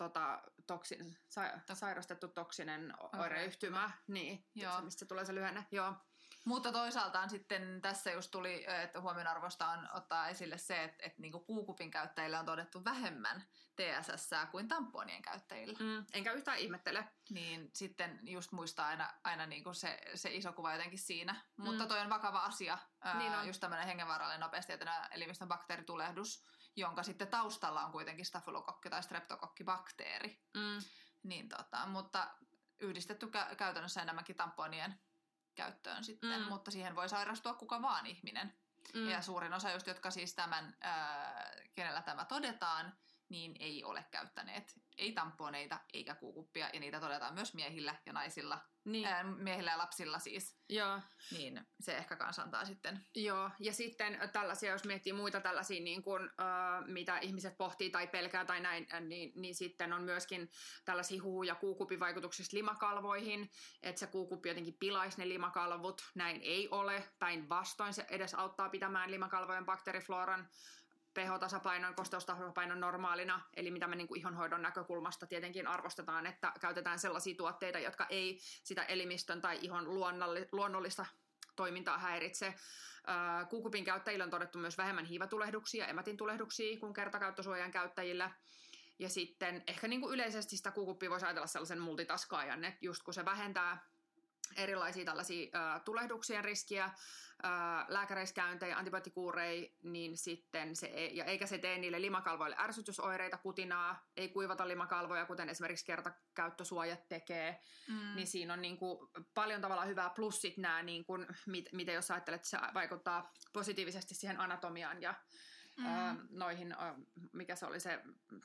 sairastettu toksinen oireyhtymä, niin mistä se tulee se lyhenne, joo. Mutta toisaaltaan sitten tässä just tuli, että huomionarvoista on ottaa esille se, että niinku kuukupin käyttäjillä on todettu vähemmän TSS:ää kuin tamponien käyttäjillä. Enkä yhtään ihmettele. Niin sitten just muistaa aina niinku se iso kuva jotenkin siinä. Mutta toi on vakava asia, niin on. Just tämmöinen hengenvaarallinen nopeasti etenevä elimistön bakteeritulehdus, jonka sitten taustalla on kuitenkin stafylokokki tai streptokokkibakteeri. Niin mutta yhdistetty käytännössä enemmänkin tamponien käyttöön sitten, mutta siihen voi sairastua kuka vaan ihminen. Ja suurin osa just, jotka siis tämän, kenellä tämä todetaan, niin ei ole käyttäneet ei tamponeita eikä kuukuppia, ja niitä todetaan myös miehillä ja naisilla, miehillä ja lapsilla siis. Joo. Niin se ehkä kans antaa sitten. Joo, ja sitten tällaisia, jos miettii muita tällaisia, niin kuin, mitä ihmiset pohtii tai pelkää tai näin, niin sitten on myöskin tällaisia huhuja kuukupin vaikutuksista limakalvoihin, että se kuukuppi jotenkin pilaisi ne limakalvot. Näin ei ole, päinvastoin se edes auttaa pitämään limakalvojen bakteerifloran pH-tasapainon, kosteustasapainon normaalina, eli mitä me niin kuin ihonhoidon näkökulmasta tietenkin arvostetaan, että käytetään sellaisia tuotteita, jotka ei sitä elimistön tai ihon luonnollista toimintaa häiritse. Kuukupin käyttäjillä on todettu myös vähemmän hiivatulehduksia, emätintulehduksia kuin kertakäyttösuojan käyttäjillä. Ja sitten ehkä niin kuin yleisesti sitä kuukuppia voisi ajatella sellaisen multitaskaajan, että just kun se vähentää erilaisia tällaisia tulehduksien riskiä, lääkäreiskäyntejä, antibioottikuureja, niin sitten eikä se tee niille limakalvoille ärsytysoireita, kutinaa, ei kuivata limakalvoja, kuten esimerkiksi kertakäyttösuojat tekee, niin siinä on niin kuin paljon tavallaan hyvää, plus sitten nämä, niin kuin, mitä jos ajattelet, että se vaikuttaa positiivisesti siihen anatomiaan ja noihin, mikä se oli se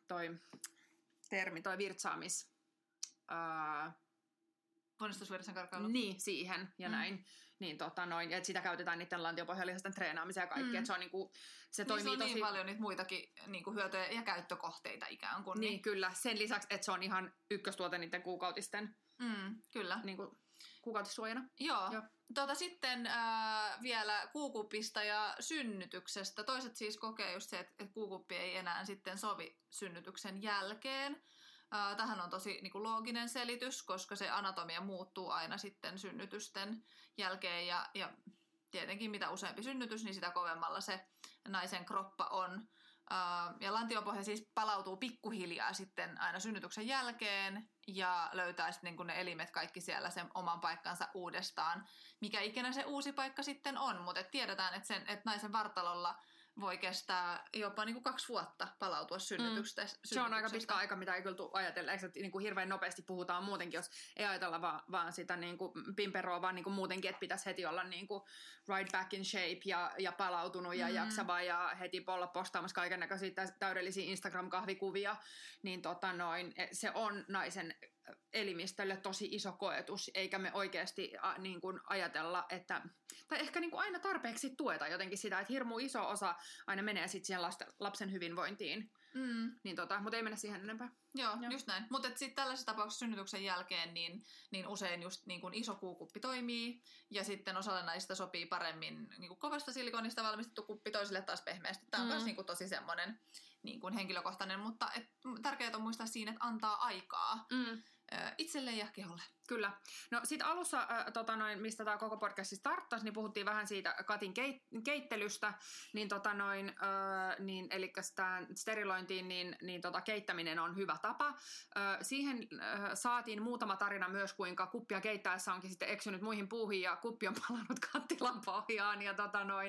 termi, virtsaamis... Ponnistusvirtsan karkailu. Niin, siihen ja näin. Niin että sitä käytetään niiden lantiopohjallisten treenaamiseen ja kaikki. Että se on niinku, se toimii se on tosi... niin paljon niitä muitakin niinku hyötyjä ja käyttökohteita ikään kuin. Niin, kyllä. Sen lisäksi, että se on ihan ykköstuote niiden kuukautisten kyllä. Niinku, kuukautissuojana. Joo. Sitten vielä kuukupista ja synnytyksestä. Toiset siis kokee just se, että kuukuppi ei enää sitten sovi synnytyksen jälkeen. Tähän on tosi niin kuin looginen selitys, koska se anatomia muuttuu aina sitten synnytysten jälkeen ja tietenkin mitä useampi synnytys, niin sitä kovemmalla se naisen kroppa on. Ja lantiopohja siis palautuu pikkuhiljaa sitten aina synnytyksen jälkeen ja löytää sitten niin kuin ne elimet kaikki siellä sen oman paikkansa uudestaan. Mikä ikinä se uusi paikka sitten on, mutta tiedetään, että naisen vartalolla voi kestää jopa niin kuin 2 vuotta palautua synnytyksestä. Se on aika pitkä aika, mitä ei kyllä tule ajatella. Eikö niin kuin hirveän nopeasti puhutaan muutenkin, jos ei ajatella vaan sitä niin kuin pimperoa, vaan niin kuin muutenkin, että pitäisi heti olla niin kuin right back in shape ja palautunut ja jaksava ja heti olla postaamassa kaikennäköisiä täydellisiä Instagram-kahvikuvia. Niin se on naisen elimistölle tosi iso koetus, eikä me oikeasti niin kuin ajatella, että, tai ehkä niin kuin aina tarpeeksi tueta jotenkin sitä, että hirmu iso osa aina menee sitten siihen lapsen hyvinvointiin. Niin mutta ei mennä siihen enempää. Joo. Just näin. Mutta sitten tällaisessa tapauksessa synnytyksen jälkeen niin usein just niin kun iso kuukuppi toimii ja sitten osalle naisista sopii paremmin niin kuin kovasta silikonista valmistettu kuppi, toisille taas pehmeästi. Tämä on myös niin kuin tosi semmoinen niin kuin henkilökohtainen, mutta tärkeää on muistaa siinä, että antaa aikaa itselleen ja keholle. Kyllä. No sit alussa, mistä tämä koko podcast starttasi, niin puhuttiin vähän siitä Katin keittelystä, niin eli sterilointiin, keittäminen on hyvä tapa. Siihen saatiin muutama tarina myös, kuinka kuppia keittäessä onkin sitten eksynyt muihin puuhiin ja kuppi on palannut kattilan pohjaan. Ja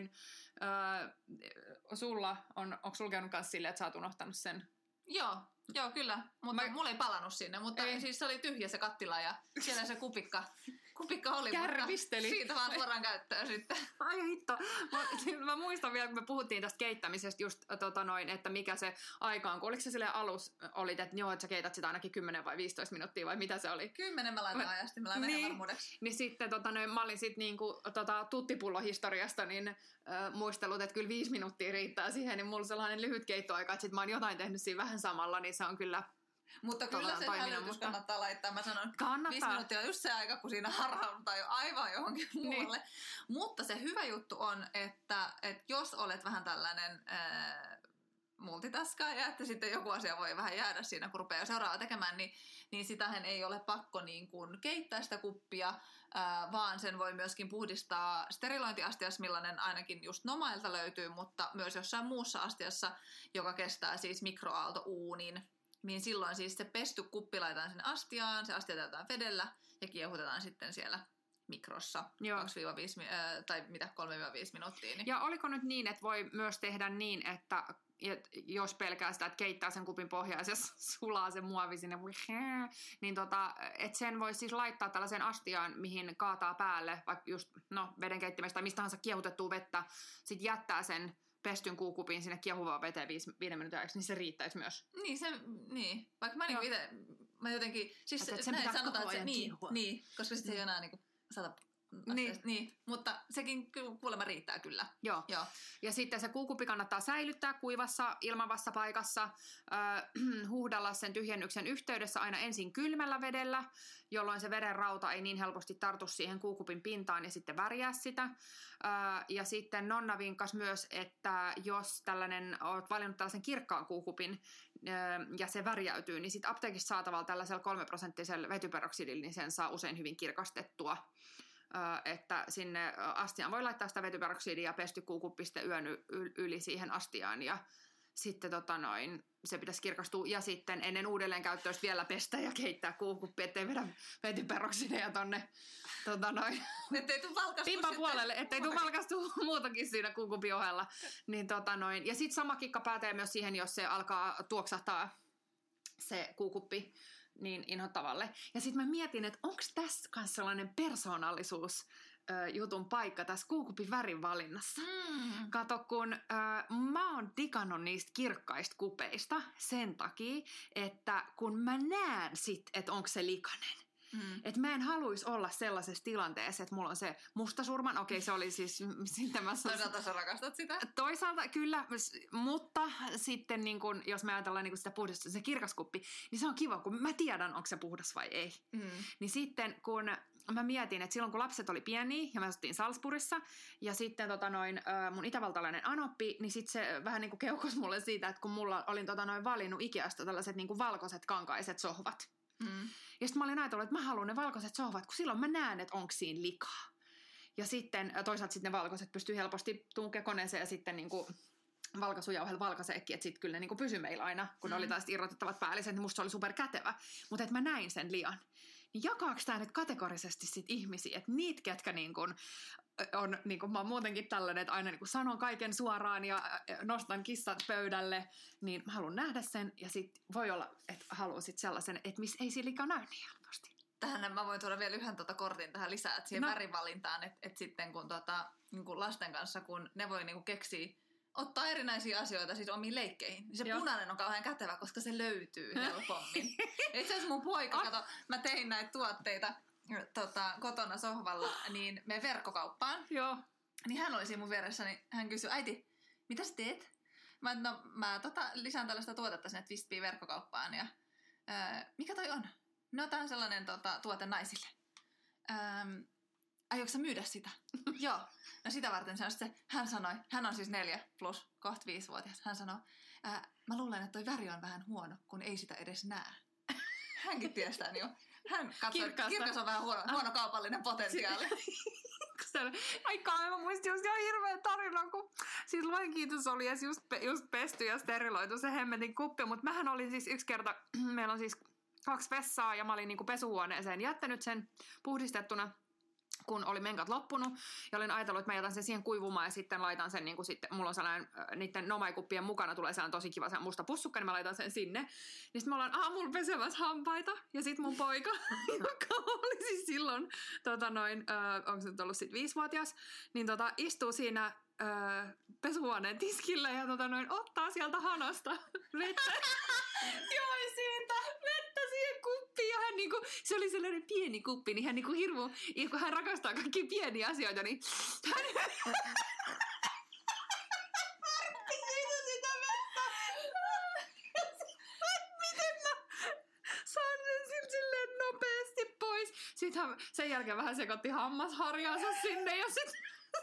onko sulla käynyt kanssa silleen, että sä oot unohtanut sen? Joo, kyllä. Mutta mulla ei palannut sinne. Mutta siis se oli tyhjä se kattila ja siellä se kupikka oli. Kärvisteli. Siitä vaan suoraan käyttöön sitten. Ai hitto. Mä muistan vielä, kun me puhuttiin tästä keittämisestä just, että mikä se aika on. Oliko se silleen alus olit, että joo, että sä keität sitä ainakin 10 vai 15 minuuttia vai mitä se oli? 10 mä laitan ajasti, mä laitan ihan varmuudeksi. Niin sitten mä olin sit niinku tuttipullohistoriasta niin muistellut, että kyllä 5 minuuttia riittää siihen, niin mulla on sellainen lyhyt keittoaika, että sit mä oon jotain tehnyt siinä vähän samalla, niin se on kyllä mutta kyllä se hälytys kannattaa laittaa. Mä sanon, kannattaa. 5 minuuttia on just se aika, kun siinä harhaudutaan jo aivan johonkin muualle. Niin. Mutta se hyvä juttu on, että jos olet vähän tällainen multitaskaaja, että sitten joku asia voi vähän jäädä siinä, kun rupeaa seuraavaa tekemään, niin sitähän ei ole pakko niin kuin keittää sitä kuppia, vaan sen voi myöskin puhdistaa sterilointiastiassa, millainen ainakin just Nomailta löytyy, mutta myös jossain muussa astiassa, joka kestää siis mikroaaltouunin. Niin silloin siis se pesty kuppi laitetaan sinne astiaan, se astia täytetään vedellä ja kiehutetaan sitten siellä mikrossa 3-5 minuuttia. Niin. Ja oliko nyt niin, että voi myös tehdä niin, että jos pelkää sitä, että keittää sen kupin pohjaa ja se sulaa se muovi sinne, niin että sen voi siis laittaa tällaiseen astiaan, mihin kaataa päälle, vaikka just vedenkeittimestä tai mistä tahansa kiehutettua vettä, sitten jättää sen pestyn kuukupin sinne kiehuvaan veteen 5 minuutin ajaksi, niin se riittäisi myös. Niin. Vaikka mä niinku itse, mä jotenkin, siis näin sanotaan, että se, koska sitten se ei enää niinku 100. Niin, mutta sekin kuulemma riittää kyllä. Joo. Ja sitten se kuukuppi kannattaa säilyttää kuivassa, ilmavassa paikassa, huuhdella sen tyhjennyksen yhteydessä aina ensin kylmällä vedellä, jolloin se veden rauta ei niin helposti tartu siihen kuukupin pintaan ja sitten värjää sitä. Ja sitten Nonna vinkkasi myös, että jos olet valinnut tällaisen kirkkaan kuukupin ja se värjäytyy, niin sitten apteekissa saatavalla tällaisella 3% vetyperoksidilla, niin sen saa usein hyvin kirkastettua. Että sinne astiaan voi laittaa sitä vetyperoksidia ja pesty kuukuppi sitten yön yli siihen astiaan ja sitten se pitäisi kirkastua ja sitten ennen uudelleenkäyttöä vielä pestä ja keittää kuukuppi, ettei vedä vetyperoksidia tonne ettei tule valkastua pimpan puolelle, ettei tule valkastua muutakin siinä kuukupin ohella. Niin, ja sitten sama kikka pätee myös siihen, jos se alkaa tuoksahtaa se kuukuppi niin inhottavalle. Ja sitten mä mietin, että onko tässä myös sellainen persoonallisuusjutun paikka tässä kuukupin värin valinnassa. Kato, kun mä oon digannut niistä kirkkaista kupeista sen takia, että kun mä näen sit, että onko se likainen. Että mä en haluaisi olla sellaisessa tilanteessa, että mulla on se mustasurman. Okei, se oli siis... Toisaalta sä rakastat sitä. Toisaalta kyllä, mutta sitten niin kun, jos me ajatellaan niin kun sitä puhdasta, se kirkas kuppi, niin se on kiva, kun mä tiedän, onko se puhdas vai ei. Niin sitten kun mä mietin, että silloin kun lapset oli pieniä ja me asuttiin Salzburgissa ja sitten mun itävaltalainen anoppi, niin sitten se vähän niin kuin keuhkosi mulle siitä, että kun olin valinnut Ikeasta tällaiset niin kuin valkoiset kankaiset sohvat. Ja sitten mä olin ajatellut, että mä haluan ne valkoiset sohvat, kun silloin mä näen, että onko siinä likaa. Ja sitten toisaalta sitten ne valkoiset pystyy helposti tunkea koneeseen ja sitten niinku valkaisujauhella valkaiseekin, että sitten kyllä ne niinku pysyi meillä aina, kun oli tällaiset irrotettavat päälliset, niin musta se oli superkätevä. Mutta että mä näin sen lian. Niin jakaako tämä nyt kategorisesti sit ihmisiä, että niitä, ketkä niinku on, niinku, mä oon muutenkin tällainen, että aina niinku sanon kaiken suoraan ja nostan kissat pöydälle, niin mä haluan nähdä sen ja sit voi olla, että haluan sit sellaisen, että missä ei sillä näy niin helposti. Tähän mä voin tuoda vielä yhden kortin tähän lisää, että siihen värivalintaan, että sitten kun niin lasten kanssa, kun ne voi niinku keksiä, ottaa erinäisiä asioita siis omiin leikkeihin, niin se punainen on kauhean kätevä, koska se löytyy helpommin. Itse asiassa mun poika, kato, mä tein näitä tuotteita kotona sohvalla, niin me verkkokauppaan. Joo. Niin hän oli siinä mun vieressä, niin hän kysyi, äiti, mitä sä teet? Mä lisään tällaista tuotetta sinne Twistbee-verkkokauppaan ja mikä toi on? No tää on sellainen tuote naisille. Aiotko sä myydä sitä? Joo. No sitä varten hän sanoi, hän on siis 4 plus, kohta 5-vuotias. Hän sanoi, mä luulen, että toi väri on vähän huono, kun ei sitä edes näe. Hänkin tiesi tämän jo. Hän katsoi, että kirkas on vähän huono kaupallinen potentiaali. Aikaa, mä muistin just ihan hirveä tarina, kun siis lain kiitos oli just pesty ja steriloitu se hemmetin kuppi, mutta mähän olin siis yksi kerta, meillä on siis 2 vessaa ja mä olin niinku pesuhuoneeseen jättänyt sen puhdistettuna, kun oli menkat loppunut, ja olin ajatellut, että mä jätän sen siihen kuivumaan, ja sitten laitan sen, niin kuin sitten, mulla on sellainen, niiden nomaikuppien mukana tulee sellainen tosi kiva sellainen musta pussukka, niin mä laitan sen sinne. Niin sitten me ollaan aamulla pesemässä hampaita, ja sitten mun poika, joka oli siis silloin, onko se nyt ollut sitten 5-vuotias, niin istuu siinä pesuhuoneen tiskillä, ja ottaa sieltä hanasta vettä. Joi siitä vettä siihen kuppiin, ja hän niinku, se oli sellainen pieni kuppi, niin hän niinku hirmu, kun hän rakastaa kaikkia pieniä asioita, niin hän harppi siitä sitä vettä. Miten mä saan sen silleen nopeasti pois. Sitten hän sen jälkeen vähän sekoitti hammasharjansa sinne, ja sitten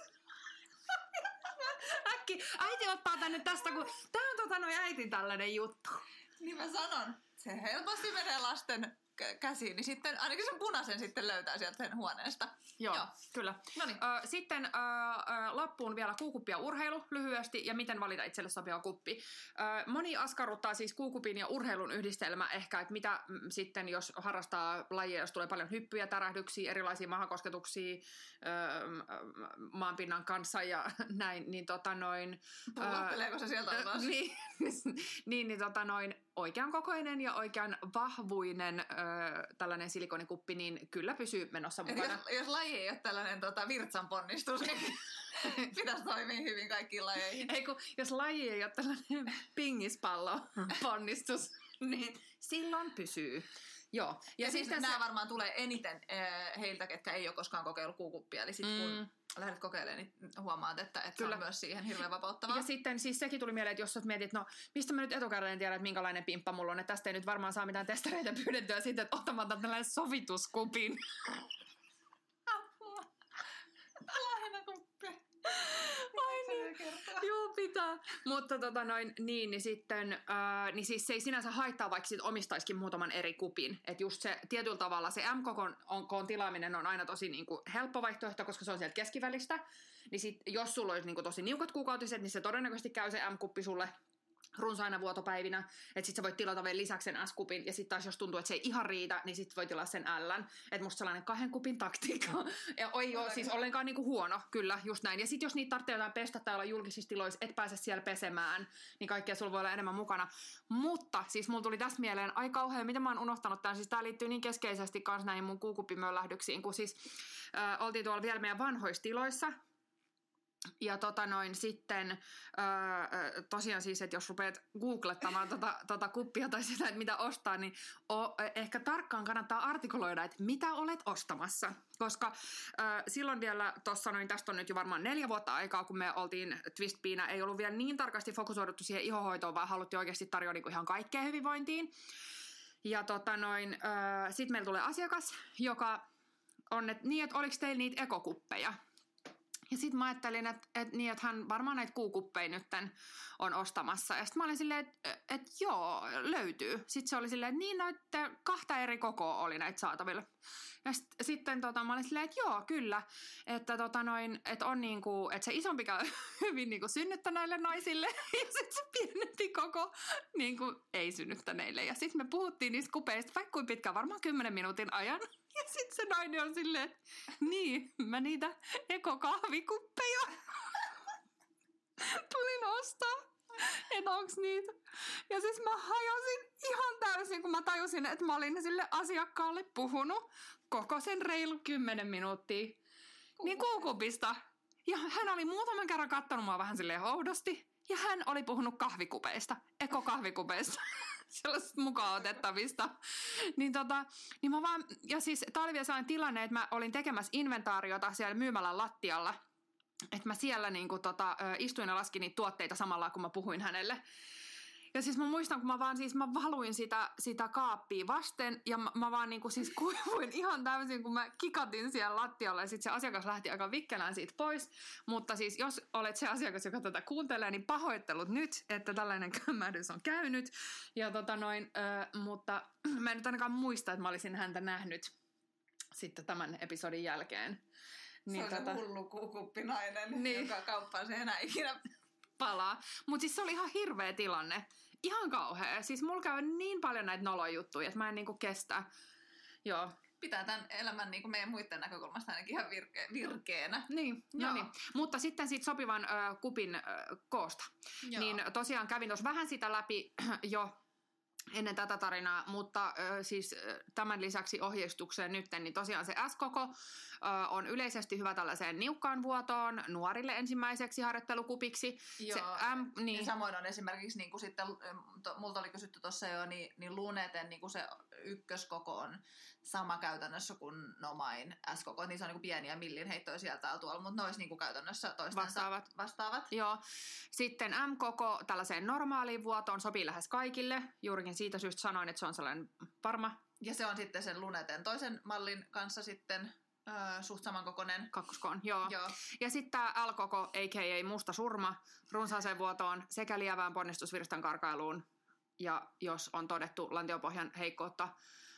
äiti ottaa tänne tästä, kun tää on äitin tällainen juttu. Niin mä sanon, se helposti menee lasten käsiin, niin sitten ainakin sen punaisen sitten löytää sieltä sen huoneesta. Joo. Kyllä. Noniin. Sitten loppuun vielä kuukuppi ja urheilu lyhyesti, ja miten valita itselle sopiva kuppi. Moni askarruttaa siis kuukupin ja urheilun yhdistelmä ehkä, että mitä sitten, jos harrastaa lajia, jos tulee paljon hyppyjä, tärähdyksiä, erilaisia mahakosketuksia maanpinnan kanssa ja näin, niin puhutteleeko se sieltä ulos? Oikean kokoinen ja oikean vahvuinen tällainen silikonikuppi, niin kyllä pysyy menossa mukana. Jos laji ei ole tällainen virtsan ponnistus, niin pitäisi toimia hyvin kaikkiin lajeihin. Jos laji ei ole tällainen pingispallo ponnistus, niin silloin pysyy. Joo. Ja siis nämä varmaan tulee eniten heiltä, ketkä ei ole koskaan kokeillut kuukuppia. Eli sitten kun lähdet kokeilemaan, niin huomaat, että se on myös siihen hirveän vapauttavaa. Ja sitten siis sekin tuli mieleen, että jos sä mietit, no mistä mä nyt etukäteen tiedän, että minkälainen pimppa mulla on, että tästä ei nyt varmaan saa mitään testareita pyydettyä sitten, että ottamatta tällainen sovituskupin. Apua. Lahjanakuppi. Ai niin. Joo, pitää. Mutta niin sitten, niin siis se ei sinänsä haittaa, vaikka sit omistaisikin muutaman eri kupin. Että just se tietyllä tavalla se M-koon tilaaminen on aina tosi niinku helppo vaihtoehto, koska se on sieltä keskivälistä. Niin sit, jos sulla olisi niinku tosi niukat kuukautiset, niin se todennäköisesti käy se M-kuppi sulle runsaina vuotopäivinä, että sit sä voit tilata vielä lisäksi sen S-kupin, ja sitten taas jos tuntuu, että se ei ihan riitä, niin sit voi tilaa sen L:n. Että musta sellainen 2 kupin taktiikka ei ole siis ollenkaan niinku huono, kyllä, just näin. Ja sit jos niitä tarvitsee jotain pestä tai olla julkisissa tiloissa, et pääse siellä pesemään, niin kaikkea sulla voi olla enemmän mukana. Mutta siis mulla tuli tästä mieleen, ai kauhean, miten mä oon unohtanut tämän, siis tää liittyy niin keskeisesti kans näihin mun kuukuppimöllähdyksiin, kun siis oltiin tuolla vielä meidän vanhoissa tiloissa. Ja sitten tosiaan siis, että jos rupeat googlettamaan tota kuppia tai sitä, että mitä ostaa, niin ehkä tarkkaan kannattaa artikuloida, että mitä olet ostamassa. Koska silloin vielä tästä on nyt jo varmaan 4 vuotta aikaa, kun me oltiin Twistbeena, ei ollut vielä niin tarkasti fokusoiduttu siihen ihohoitoon, vaan haluttiin oikeasti tarjoa niinku ihan kaikkea hyvinvointiin. Ja sitten meillä tulee asiakas, joka on, että niin, että oliko teillä niitä ekokuppeja? Ja sitten mä ajattelin, että hän varmaan näitä kuukuppeja nytten on ostamassa. Ja sitten mä olin silleen, että joo, löytyy. Sitten se oli silleen, että niin, 2 eri kokoa oli näitä saatavilla. Ja sitten mä olin silleen, että joo, kyllä. Että että on niinku, että se isompi käy hyvin niinku synnyttäneille naisille. Ja sitten se pienempi koko niinku ei synnyttäneille. Ja sitten me puhuttiin niistä kupeista vaikka kuin pitkään, varmaan 10 minuutin ajan. Ja sit se nainen on silleen, niin, mä niitä ekokahvikuppeja tulin ostaa, että onks niitä. Ja siis mä hajosin ihan täysin, kun mä tajusin, että mä olin sille asiakkaalle puhunut koko sen reilu 10 minuuttia niin kuukupista. Ja hän oli muutaman kerran kattonut mua vähän silleen oudosti. Ja hän oli puhunut kahvikupeista, ekokahvikupeista. Sellaisista mukaan otettavista. Niin mä vaan, ja siis tää oli vielä sellainen tilanne, että mä olin tekemässä inventaariota siellä myymälän lattialla. että mä siellä niinku istuin ja laskin niitä tuotteita samalla, kun mä puhuin hänelle. Ja siis mä muistan, kun mä valuin sitä kaappia vasten ja mä vaan niinku siis kuivuin ihan täysin, kun mä kikatin siellä lattialla ja sitten se asiakas lähti aika vikkelään siitä pois. Mutta siis jos olet se asiakas, joka tätä kuuntelee, niin pahoittelut nyt, että tällainen kömmähdys on käynyt. Ja mutta mä en nyt ainakaan muista, että mä olisin häntä nähnyt sitten tämän episodin jälkeen. Niin, se on se hullu kukuppinainen, niin, joka kauppaan se enää ikinä palaa. Mutta siis se oli ihan hirveä tilanne. Ihan kauhea. Siis mulla käy niin paljon näitä nolojuttuja, että mä en niinku kestä. Joo. Pitää tämän elämän niinku meidän muiden näkökulmasta ainakin ihan virkeänä. Niin, no niin. Mutta sitten siitä sopivan kupin koosta. Joo. Niin tosiaan kävin tuossa vähän sitä läpi jo ennen tätä tarinaa, mutta siis tämän lisäksi ohjeistukseen nyt, niin tosiaan se S-koko on yleisesti hyvä tällaiseen niukkaan vuotoon nuorille ensimmäiseksi harjoittelukupiksi. Joo, se niin. Ja samoin on esimerkiksi, niin kuin sitten, multa oli kysytty tuossa jo, niin Luneten niin kuin se ykköskoko on sama käytännössä kuin Nomain S-koko, niin se on niin kuin pieniä millinheittoja sieltä tuolla, mutta ne olisi niin kuin käytännössä toistensa vastaavat. Joo. Sitten M-koko tällaiseen normaaliin vuotoon sopii lähes kaikille, juurikin siitä syystä sanoin, että se on sellainen varma. Ja se on sitten sen Luneten toisen mallin kanssa sitten suht samankokoinen. Kakkoskoon, joo. Ja sitten tämä L-koko, a.k.a. musta surma, runsaaseen vuotoon sekä lievään ponnistusvirstan karkailuun. Ja jos on todettu lantiopohjan heikkoutta,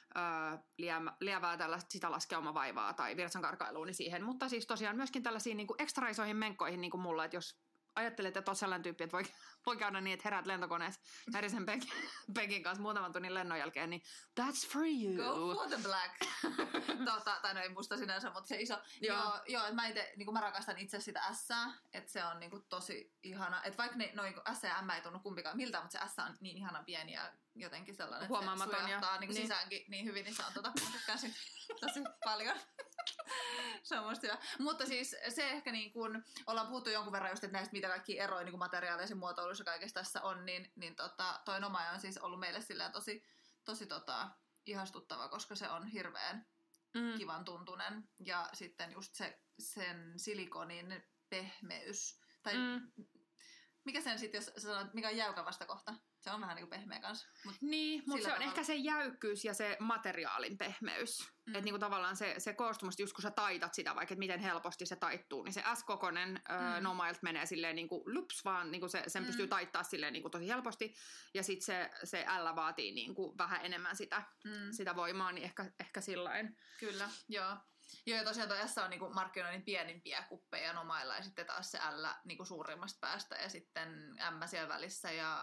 lievää tällaista sitä laskeumavaivaa tai virtsan karkailuun, niin siihen. Mutta siis tosiaan myöskin tällaisiin niin kuin ekstra isoihin menkkoihin, niin kuin mulla, että jos ajattelet, että olet sellainen tyyppi, että voi käydä niin, että heräät lentokoneessa Härisen Pekin kanssa muutaman tunnin lennon jälkeen, niin that's for you. Go for the black. Tai no ei musta sinänsä, mutta se iso. Joo, että mä itse, niin mä rakastan itse sitä S:ää, että se on niin kuin tosi ihana. Että vaikka S ja M ei tunnu kumpikaan miltään, mutta se S on niin ihana pieni ja jotenkin sellainen, että se sujahtaa niin sisäänkin niin hyvin, niin se on käsin tosi paljon. Se on musta hyvä. Mutta siis se ehkä niin kuin, ollaan puhuttu jonkun verran just, että näistä mitä kaikki eroja niin kuin materiaaleissa muotoiluissa kaikessa tässä on, niin toi Nomai on siis ollut meille silleen tosi ihastuttava, koska se on hirveän kivan tuntunen. Ja sitten just sen silikonin pehmeys. Tai mikä sen sitten, jos sanot, mikä on jäykän vastakohta? Se on vähän niin kuin pehmeä kanssa. Niin, mutta se on ehkä se jäykkyys ja se materiaalin pehmeys. Että niinku tavallaan se koostumus, just kun sä taitat sitä vaikka, että miten helposti se taittuu, niin se S-kokonen Nomailta menee silleen niinku lups, vaan niinku sen pystyy taittaa silleen niinku tosi helposti. Ja sitten se L vaatii niinku vähän enemmän sitä voimaa, niin ehkä sillain. Kyllä, joo. Joo, ja tosiaan tuo S on niinku markkinoinnin pienimpiä kuppeja Nomailla, ja sitten taas se L niinku suurimmasta päästä, ja sitten M siellä välissä, ja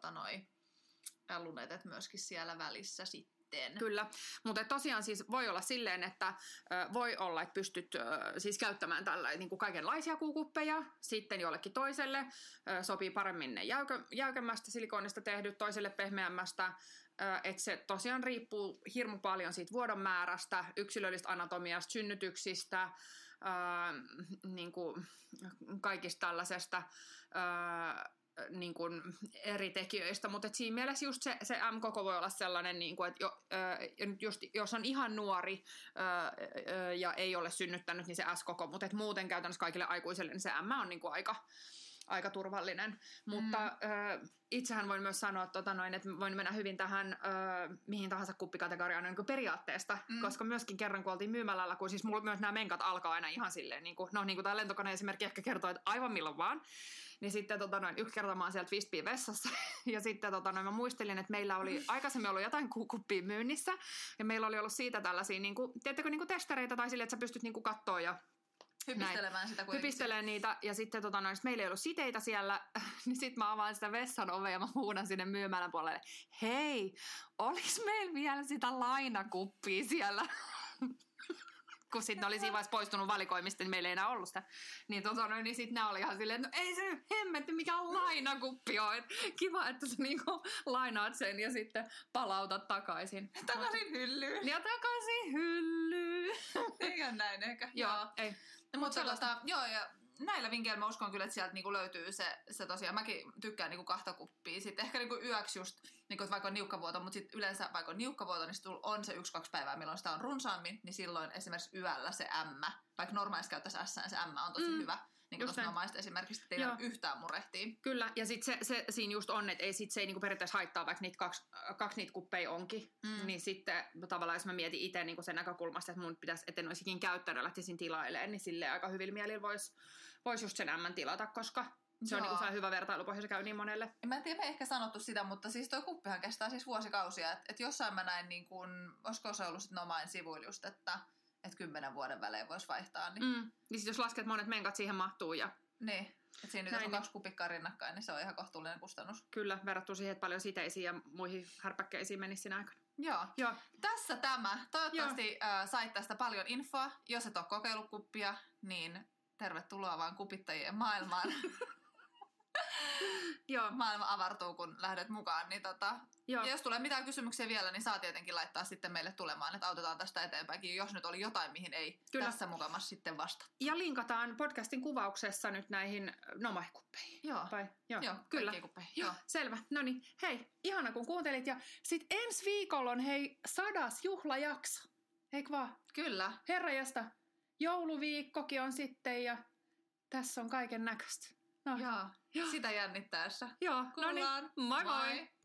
Lunetet myöskin siellä välissä sitten. Kyllä, mutta tosiaan siis voi olla silleen, että voi olla, että pystyt siis käyttämään tällä niin kuin kaikenlaisia kuukuppeja, sitten jollekin toiselle sopii paremmin ne jäykemmästä silikonista tehdyt, toiselle pehmeämmästä. Että se tosiaan riippuu hirmu paljon siitä vuodon määrästä, yksilöllistä anatomiasta, synnytyksistä, niin kuin kaikista tällaisesta niin kuin eri tekijöistä, mutta siinä mielessä just se M-koko voi olla sellainen, niin kuin, että just, jos on ihan nuori ja ei ole synnyttänyt, niin se S-koko, mutta muuten käytännössä kaikille aikuisille niin se M on niin kuin aika turvallinen. Mutta itsehän voin myös sanoa, että voin mennä hyvin tähän mihin tahansa kuppikategoriaan niin kuin periaatteesta, koska myöskin kerran kun oltiin myymälällä, kun siis mulla myös nämä menkat alkaa aina ihan silleen, niin kuin tämä lentokone esimerkki ehkä kertoo, että aivan milloin vaan. Niin sitten yksi kerta mä oon siellä Twistbee vessassa ja sitten mä muistelin, että meillä oli aikaisemmin ollut jotain kukuppia myynnissä ja meillä oli ollut siitä tällaisia, niin kuin, tiedättekö, niin kuin testereitä tai silleen, että sä pystyt niin kuin katsoa ja hypistelemään sitä. Hypistelee niitä ja sitten meillä ei ollut siteitä siellä, niin sitten mä avaan sitä vessan ovea ja mä huudan sinne myymälän puolelle, hei, oliks meillä vielä sitä lainakuppia siellä? Kun sitten oli siinä vaiheessa poistunut valikoimista, niin meillä ei enää ollut sitä. Niin niin sitten nämä oli ihan silleen, että no ei se hemmetti, mikä lainakuppi on. Et kiva, että sä niinku lainaat sen ja sitten palautat takaisin. Takaisin hyllyyn. Ja takaisin hyllyyn. Ei ole näin ehkä. Joo, ei. Mutta joo, ja näillä vinkkeillä mä uskon kyllä, että sieltä niinku löytyy se tosiaan. Mäkin tykkään niinku 2 kuppia. Sitten ehkä niinku yöksi just, niinku, että vaikka on niukkavuoto, mutta sitten yleensä vaikka on niukkavuoto, niin sitten on se 1-2 päivää, milloin sitä on runsaammin, niin silloin esimerkiksi yöllä se M, vaikka normaalisesti käyttäisi S, niin se M on tosi hyvä. niin kuin tuossa nomaista esimerkiksi, että ei yhtään murehtia. Kyllä, ja sitten se siinä just on, että se ei niinku periaatteessa haittaa, vaikka niitä kaksi niitä kuppeja onkin. Niin sitten tavallaan, jos mä mietin itse niinku sen näkökulmasta, että mun pitäisi, etten olisikin käyttänyt, lähtisin tilailemaan, niin silleen aika hyvillä mielillä vois just sen ämmän tilata, koska se on niinku hyvä vertailupohja, se käy niin monelle. Mä en tiedä, me ehkä sanottu sitä, mutta siis toi kuppihan kestää siis vuosikausia. Että jossain mä näin, niin kun, olisiko se ollut sit Nomain sivuilla just, että 10 vuoden välein voisi vaihtaa. Niin sit jos lasket monet menkat siihen mahtuu ja... Niin, että siinä nyt on 2 kupikkaa rinnakkain, niin se on ihan kohtuullinen kustannus. Kyllä, verrattuna siihen, että paljon siteisiin ja muihin härpäkkeisiin menisi siinä aikana. Joo. Tässä tämä. Toivottavasti sait tästä paljon infoa. Jos et ole kokeillut kuppia, niin tervetuloa vaan kupittajien maailmaan. Joo. Maailma avartuu, kun lähdet mukaan. Niin ja jos tulee mitään kysymyksiä vielä, niin saa tietenkin laittaa sitten meille tulemaan, että autetaan tästä eteenpäinkin, jos nyt oli jotain, mihin ei tässä mukamassa sitten vastata. Ja linkataan podcastin kuvauksessa nyt näihin Nomai-kuppeihin. Joo, kyllä. Kuppeihin. Joo. Selvä. No niin, hei, ihana kun kuuntelit. Ja sit ensi viikolla on 100. juhlajakso. Eikö vaan? Kyllä. Herranjestas, jouluviikkokin on sitten ja tässä on kaiken näköistä. No. Joo, sitä jännittäessä. Joo, no niin, moi moi!